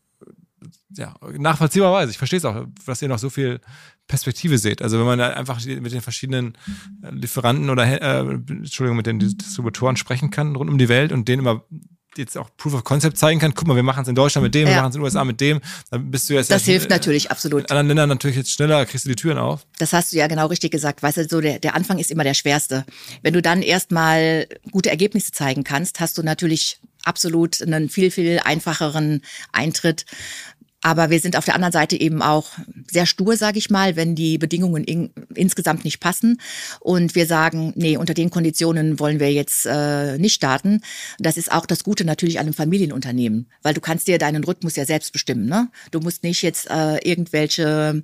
ja, nachvollziehbarweise, ich verstehe es auch, dass ihr noch so viel Perspektive seht. Also wenn man da einfach mit den verschiedenen Lieferanten oder äh, Entschuldigung, mit den Distributoren sprechen kann rund um die Welt und denen immer jetzt auch Proof of Concept zeigen kann, guck mal, wir machen es in Deutschland mit dem, ja. wir machen es in den U S A mit dem, dann bist du jetzt... Das hilft in, natürlich, absolut. In anderen Ländern natürlich jetzt schneller, kriegst du die Türen auf. Das hast du ja genau richtig gesagt. Weißt du, so der, der Anfang ist immer der schwerste. Wenn du dann erstmal gute Ergebnisse zeigen kannst, hast du natürlich absolut einen viel, viel einfacheren Eintritt. Aber wir sind auf der anderen Seite eben auch sehr stur, sage ich mal, wenn die Bedingungen in, insgesamt nicht passen. Und wir sagen, nee, unter den Konditionen wollen wir jetzt äh, nicht starten. Das ist auch das Gute natürlich an einem Familienunternehmen, weil du kannst dir deinen Rhythmus ja selbst bestimmen, ne? Du musst nicht jetzt äh, irgendwelche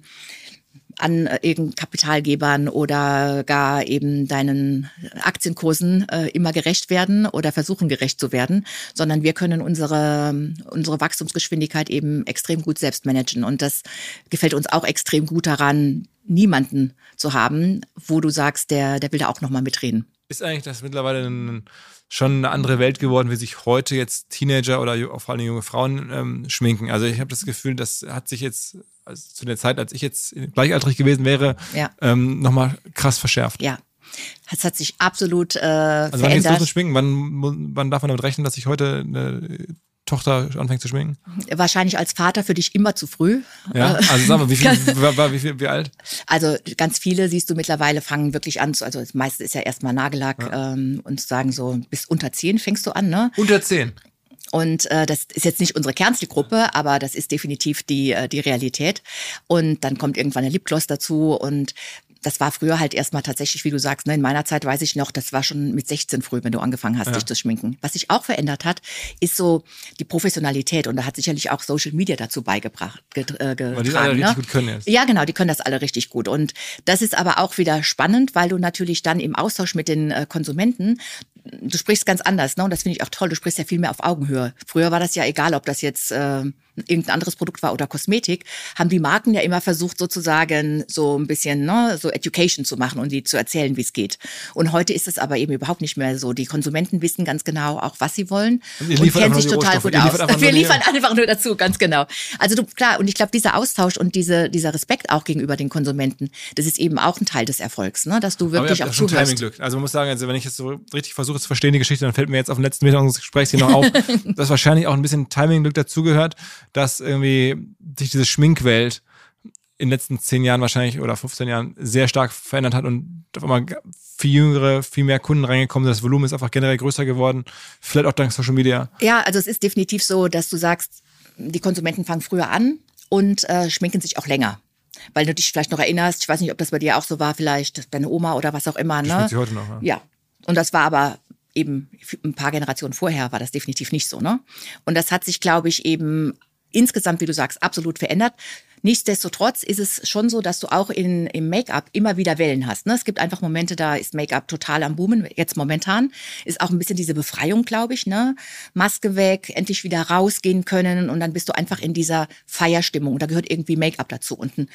an irgendeinen Kapitalgebern oder gar eben deinen Aktienkursen äh, immer gerecht werden oder versuchen gerecht zu werden, sondern wir können unsere unsere Wachstumsgeschwindigkeit eben extrem gut selbst managen und das gefällt uns auch extrem gut daran, niemanden zu haben, wo du sagst, der der will da auch noch mal mitreden. Ist eigentlich das mittlerweile ein, schon eine andere Welt geworden, wie sich heute jetzt Teenager oder vor allem junge Frauen ähm, schminken? Also ich habe das Gefühl, das hat sich jetzt also zu der Zeit, als ich jetzt gleichaltrig gewesen wäre, ja. ähm, nochmal krass verschärft. Ja, es hat sich absolut äh, also verändert. Wann geht's los mit Schminken? Wann, wann darf man damit rechnen, dass sich heute eine Tochter anfängt zu schminken? Wahrscheinlich als Vater für dich immer zu früh. Ja, also sag mal, wie viel, wie, wie, wie, wie alt? Also ganz viele, siehst du mittlerweile, fangen wirklich an, zu, also das meiste ist ja erstmal Nagellack ja. ähm, und sagen so, bis unter zehn fängst du an, ne? Unter zehn? Und äh, das ist jetzt nicht unsere Kernzielgruppe, aber das ist definitiv die äh, die Realität. Und dann kommt irgendwann ein Lipgloss dazu und das war früher halt erstmal tatsächlich, wie du sagst, ne, in meiner Zeit weiß ich noch, das war schon mit sechzehn früh, wenn du angefangen hast, ja. dich zu schminken. Was sich auch verändert hat, ist so die Professionalität und da hat sicherlich auch Social Media dazu beigebracht. Get, äh, getragen, Weil die alle ne? richtig gut können jetzt. Ja, genau, die können das alle richtig gut. Und das ist aber auch wieder spannend, weil du natürlich dann im Austausch mit den äh, Konsumenten du sprichst ganz anders, ne? Und das finde ich auch toll. Du sprichst ja viel mehr auf Augenhöhe. Früher war das ja egal, ob das jetzt äh, irgendein anderes Produkt war oder Kosmetik. Haben die Marken ja immer versucht, sozusagen so ein bisschen ne, so Education zu machen und die zu erzählen, wie es geht. Und heute ist es aber eben überhaupt nicht mehr so. Die Konsumenten wissen ganz genau auch, was sie wollen und, und kennen sich total gut aus. Wir liefern einfach nur dazu, ganz genau. Also du, klar, und ich glaube, dieser Austausch und diese, dieser Respekt auch gegenüber den Konsumenten, das ist eben auch ein Teil des Erfolgs, ne? Dass du wirklich auch zuhörst. Timing-Glück. Also man muss sagen, also wenn ich jetzt so richtig versuche zu verstehen, die Geschichte, dann fällt mir jetzt auf den letzten Meter unseres Gesprächs hier noch auf, dass wahrscheinlich auch ein bisschen Timing-Glück dazugehört, dass irgendwie sich diese Schminkwelt in den letzten zehn Jahren wahrscheinlich oder fünfzehn Jahren sehr stark verändert hat und auf einmal viel jüngere, viel mehr Kunden reingekommen sind. Das Volumen ist einfach generell größer geworden. Vielleicht auch dank Social Media. Ja, also es ist definitiv so, dass du sagst, die Konsumenten fangen früher an und äh, schminken sich auch länger. Weil du dich vielleicht noch erinnerst, ich weiß nicht, ob das bei dir auch so war, vielleicht deine Oma oder was auch immer. Ne? Schminkt sie heute noch, ja. Ja, und das war aber eben ein paar Generationen vorher war das definitiv nicht so, ne? Und das hat sich, glaube ich, eben insgesamt, wie du sagst, absolut verändert. Nichtsdestotrotz ist es schon so, dass du auch in, im Make-up immer wieder Wellen hast. Ne? Es gibt einfach Momente, da ist Make-up total am Boomen. Jetzt momentan ist auch ein bisschen diese Befreiung, glaube ich. Ne? Maske weg, endlich wieder rausgehen können und dann bist du einfach in dieser Feierstimmung. Da gehört irgendwie Make-up dazu und ein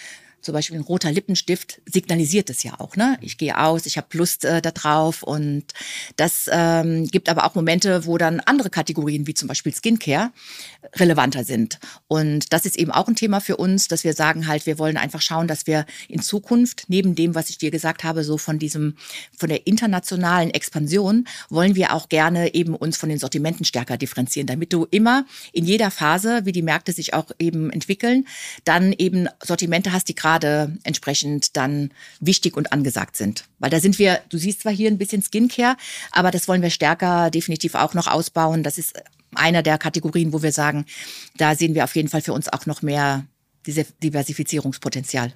zum Beispiel ein roter Lippenstift signalisiert es ja auch, ne? Ich gehe aus, ich habe Lust äh, da drauf und das ähm, gibt aber auch Momente, wo dann andere Kategorien wie zum Beispiel Skincare relevanter sind. Und das ist eben auch ein Thema für uns, dass wir sagen halt, wir wollen einfach schauen, dass wir in Zukunft neben dem, was ich dir gesagt habe, so von diesem, von der internationalen Expansion, wollen wir auch gerne eben uns von den Sortimenten stärker differenzieren, damit du immer in jeder Phase, wie die Märkte sich auch eben entwickeln, dann eben Sortimente hast, die gerade entsprechend dann wichtig und angesagt sind. Weil da sind wir, du siehst zwar hier ein bisschen Skincare, aber das wollen wir stärker definitiv auch noch ausbauen. Das ist einer der Kategorien, wo wir sagen, da sehen wir auf jeden Fall für uns auch noch mehr diese Diversifizierungspotenzial.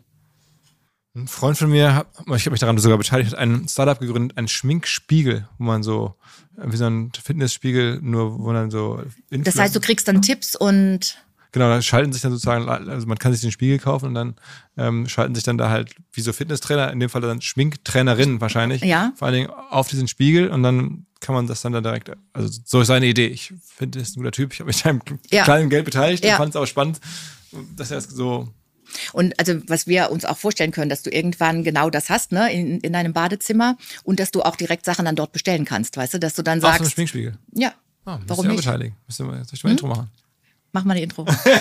Ein Freund von mir, ich habe mich daran sogar beteiligt, hat ein Startup gegründet, einen Schminkspiegel, wo man so, wie so ein Fitnessspiegel, nur wo dann so... Influ- das heißt, du kriegst dann Tipps und... Genau, da schalten sich dann sozusagen, also man kann sich den Spiegel kaufen und dann ähm, schalten sich dann da halt wie so Fitnesstrainer, in dem Fall dann Schminktrainerinnen wahrscheinlich, ja. vor allen Dingen auf diesen Spiegel und dann kann man das dann da direkt, also so ist seine Idee. Ich finde, das ist ein guter Typ, ich habe mich da im ja. kleinen Geld beteiligt ja. und fand es auch spannend, dass er es so... Und also was wir uns auch vorstellen können, dass du irgendwann genau das hast, ne, in, in deinem Badezimmer und dass du auch direkt Sachen dann dort bestellen kannst, weißt du, dass du dann sagst... Auch so ein Schminkspiegel? Ja, ah, warum nicht? nicht? Beteiligen. Müssen wir, soll ich mal ein hm? Intro machen? Mach mal eine Intro.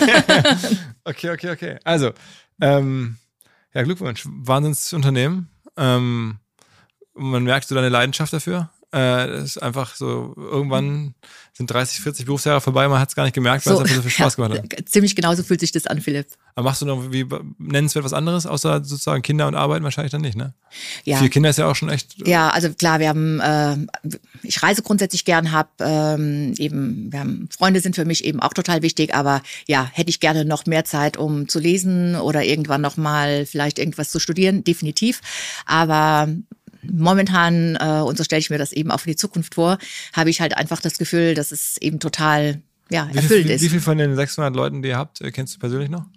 okay, okay, okay. Also, ähm, ja, Glückwunsch. Wahnsinnsunternehmen. Ähm, man merkt so deine Leidenschaft dafür. Äh, das ist einfach so, irgendwann sind dreißig, vierzig Berufsjahre vorbei, man hat es gar nicht gemerkt, weil so, es einfach so viel Spaß ja, gemacht hat. Ziemlich genauso fühlt sich das an, Philipp. Aber machst du noch wie nennenswert was anderes, außer sozusagen Kinder und Arbeiten wahrscheinlich dann nicht, ne? Ja. Vier Kinder ist ja auch schon echt... Ja, also klar, wir haben, äh, ich reise grundsätzlich gern, hab ähm, eben, wir haben, Freunde sind für mich eben auch total wichtig, aber ja, hätte ich gerne noch mehr Zeit, um zu lesen oder irgendwann noch mal vielleicht irgendwas zu studieren, definitiv. Aber momentan, äh, und so stelle ich mir das eben auch für die Zukunft vor, habe ich halt einfach das Gefühl, dass es eben total ja, wie erfüllt viel, ist. Wie viel von den sechshundert Leuten, die ihr habt, kennst du persönlich noch?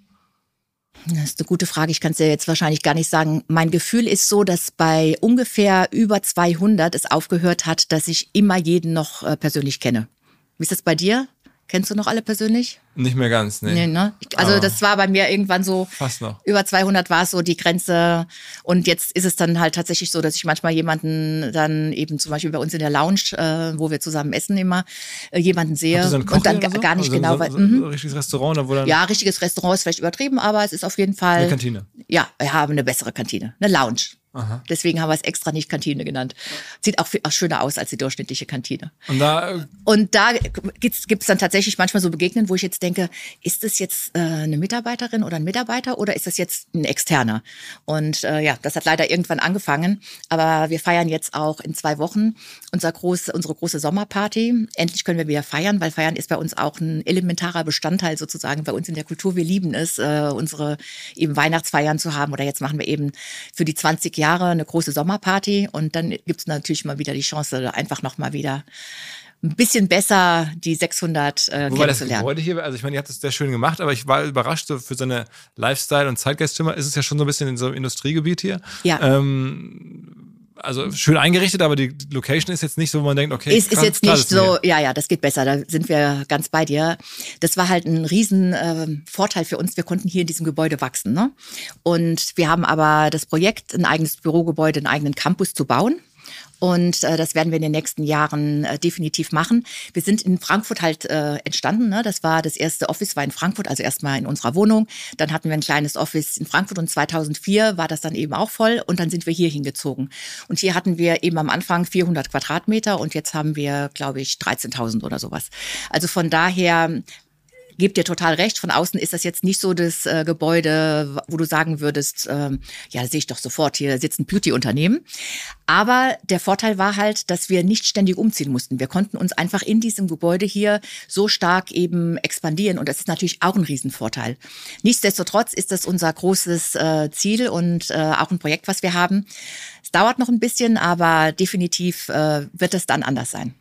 Das ist eine gute Frage. Ich kann es dir jetzt wahrscheinlich gar nicht sagen. Mein Gefühl ist so, dass bei ungefähr über zweihundert es aufgehört hat, dass ich immer jeden noch äh, persönlich kenne. Wie ist das bei dir? Kennst du noch alle persönlich? Nicht mehr ganz, nee. nee ne? ich, also Aber das war bei mir irgendwann so, fast noch. Über zweihundert war es so die Grenze und jetzt ist es dann halt tatsächlich so, dass ich manchmal jemanden dann eben zum Beispiel bei uns in der Lounge, äh, wo wir zusammen essen immer, äh, jemanden sehe so und dann so? gar nicht also genau so, weiß. So, Mhm. so ein richtiges Restaurant, wo dann... Ja, richtiges Restaurant ist vielleicht übertrieben, aber es ist auf jeden Fall... Eine Kantine. Ja, wir haben eine bessere Kantine, eine Lounge. Aha. Deswegen haben wir es extra nicht Kantine genannt. Sieht auch, viel, auch schöner aus als die durchschnittliche Kantine. Und da, äh, Und da gibt's gibt's dann tatsächlich manchmal so Begegnen, wo ich jetzt denke, ist das jetzt äh, eine Mitarbeiterin oder ein Mitarbeiter oder ist das jetzt ein Externer? Und äh, ja, das hat leider irgendwann angefangen. Aber wir feiern jetzt auch in zwei Wochen unser groß, unsere große Sommerparty. Endlich können wir wieder feiern, weil Feiern ist bei uns auch ein elementarer Bestandteil sozusagen bei uns in der Kultur. Wir lieben es, äh, unsere eben Weihnachtsfeiern zu haben. Oder jetzt machen wir eben für die zwanzig Jahre eine große Sommerparty und dann gibt es natürlich mal wieder die Chance, einfach noch mal wieder ein bisschen besser die sechshundert äh, wobei das kennenzulernen. Gebäude hier, also ich meine, ihr habt es sehr schön gemacht, aber ich war überrascht, so für so eine Lifestyle- und Zeitgeistfirma ist es ja schon so ein bisschen in so einem Industriegebiet hier. Ja. Ähm, also schön eingerichtet, aber die Location ist jetzt nicht so, wo man denkt, okay, Es ist krass, jetzt klar, nicht das ist so, hier. ja, ja, das geht besser, da sind wir ganz bei dir. Das war halt ein riesen äh, Vorteil für uns, wir konnten hier in diesem Gebäude wachsen, ne? Und wir haben aber das Projekt, ein eigenes Bürogebäude, einen eigenen Campus zu bauen. Und äh, das werden wir in den nächsten Jahren äh, definitiv machen. Wir sind in Frankfurt halt äh, entstanden. Ne? Das war das erste Office war in Frankfurt, also erstmal in unserer Wohnung. Dann hatten wir ein kleines Office in Frankfurt und zweitausendvier war das dann eben auch voll. Und dann sind wir hier hingezogen. Und hier hatten wir eben am Anfang vierhundert Quadratmeter und jetzt haben wir, glaube ich, dreizehntausend oder sowas. Also von daher... Gebt dir total recht. Von außen ist das jetzt nicht so das äh, Gebäude, wo du sagen würdest, ähm, ja, das sehe ich doch sofort, hier sitzt ein Beauty-Unternehmen. Aber der Vorteil war halt, dass wir nicht ständig umziehen mussten. Wir konnten uns einfach in diesem Gebäude hier so stark eben expandieren. Und das ist natürlich auch ein Riesenvorteil. Nichtsdestotrotz ist das unser großes äh, Ziel und äh, auch ein Projekt, was wir haben. Es dauert noch ein bisschen, aber definitiv äh, wird es dann anders sein.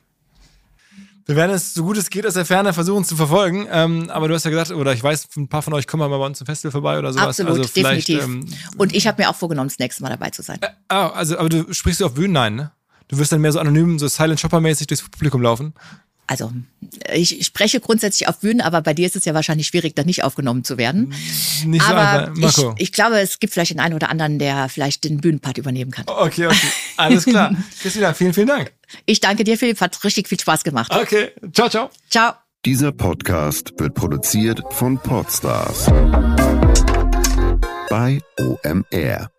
Wir werden es, so gut es geht, aus der Ferne versuchen zu verfolgen. Ähm, aber du hast ja gesagt, oder ich weiß, ein paar von euch kommen mal bei uns zum Festival vorbei oder sowas. Absolut, also vielleicht, definitiv. Ähm, und ich habe mir auch vorgenommen, das nächste Mal dabei zu sein. Äh, ah, also, aber du sprichst du auf Bühnen ein, ne? Du wirst dann mehr so anonym, so Silent Shopper-mäßig durchs Publikum laufen. Also ich spreche grundsätzlich auf Bühnen, aber bei dir ist es ja wahrscheinlich schwierig, da nicht aufgenommen zu werden. Nicht so aber einfach, Marco. Ich, ich glaube, es gibt vielleicht den einen oder anderen, der vielleicht den Bühnenpart übernehmen kann. Okay, okay. Alles klar. Christina, vielen, vielen Dank. Ich danke dir, Philipp. Hat richtig viel Spaß gemacht. Okay. Ciao, ciao. Ciao. Dieser Podcast wird produziert von Podstars bei O M R.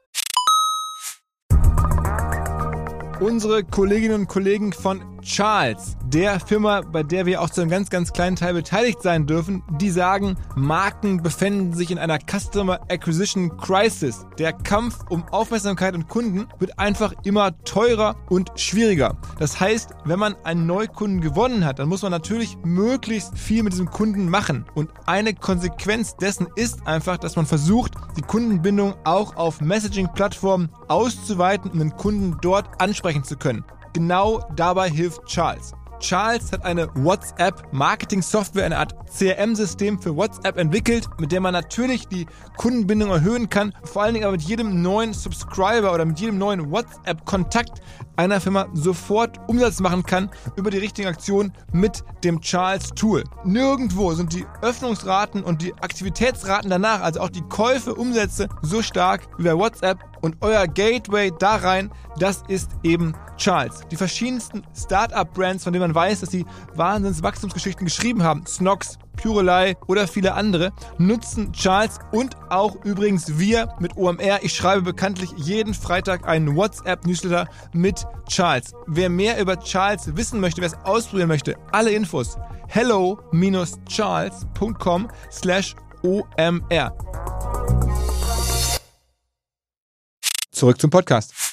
Unsere Kolleginnen und Kollegen von Charles, der Firma, bei der wir auch zu einem ganz, ganz kleinen Teil beteiligt sein dürfen, die sagen, Marken befinden sich in einer Customer Acquisition Crisis. Der Kampf um Aufmerksamkeit und Kunden wird einfach immer teurer und schwieriger. Das heißt, wenn man einen Neukunden gewonnen hat, dann muss man natürlich möglichst viel mit diesem Kunden machen. Und eine Konsequenz dessen ist einfach, dass man versucht, die Kundenbindung auch auf Messaging-Plattformen auszuweiten, um den Kunden dort ansprechen zu können. Genau dabei hilft Charles. Charles hat eine WhatsApp-Marketing-Software, eine Art C R M-System für WhatsApp entwickelt, mit der man natürlich die Kundenbindung erhöhen kann, vor allen Dingen aber mit jedem neuen Subscriber oder mit jedem neuen WhatsApp-Kontakt einer Firma sofort Umsatz machen kann über die richtigen Aktionen mit dem Charles-Tool. Nirgendwo sind die Öffnungsraten und die Aktivitätsraten danach, also auch die Käufe, Umsätze, so stark wie bei WhatsApp. Und euer Gateway da rein, das ist eben Charles. Die verschiedensten Startup-Brands, von denen man weiß, dass sie Wahnsinns-Wachstumsgeschichten geschrieben haben, Snox, Purelei oder viele andere, nutzen Charles und auch übrigens wir mit O M R. Ich schreibe bekanntlich jeden Freitag einen WhatsApp-Newsletter mit Charles. Wer mehr über Charles wissen möchte, wer es ausprobieren möchte, alle Infos hello dash charles punkt com slash O M R. Zurück zum Podcast.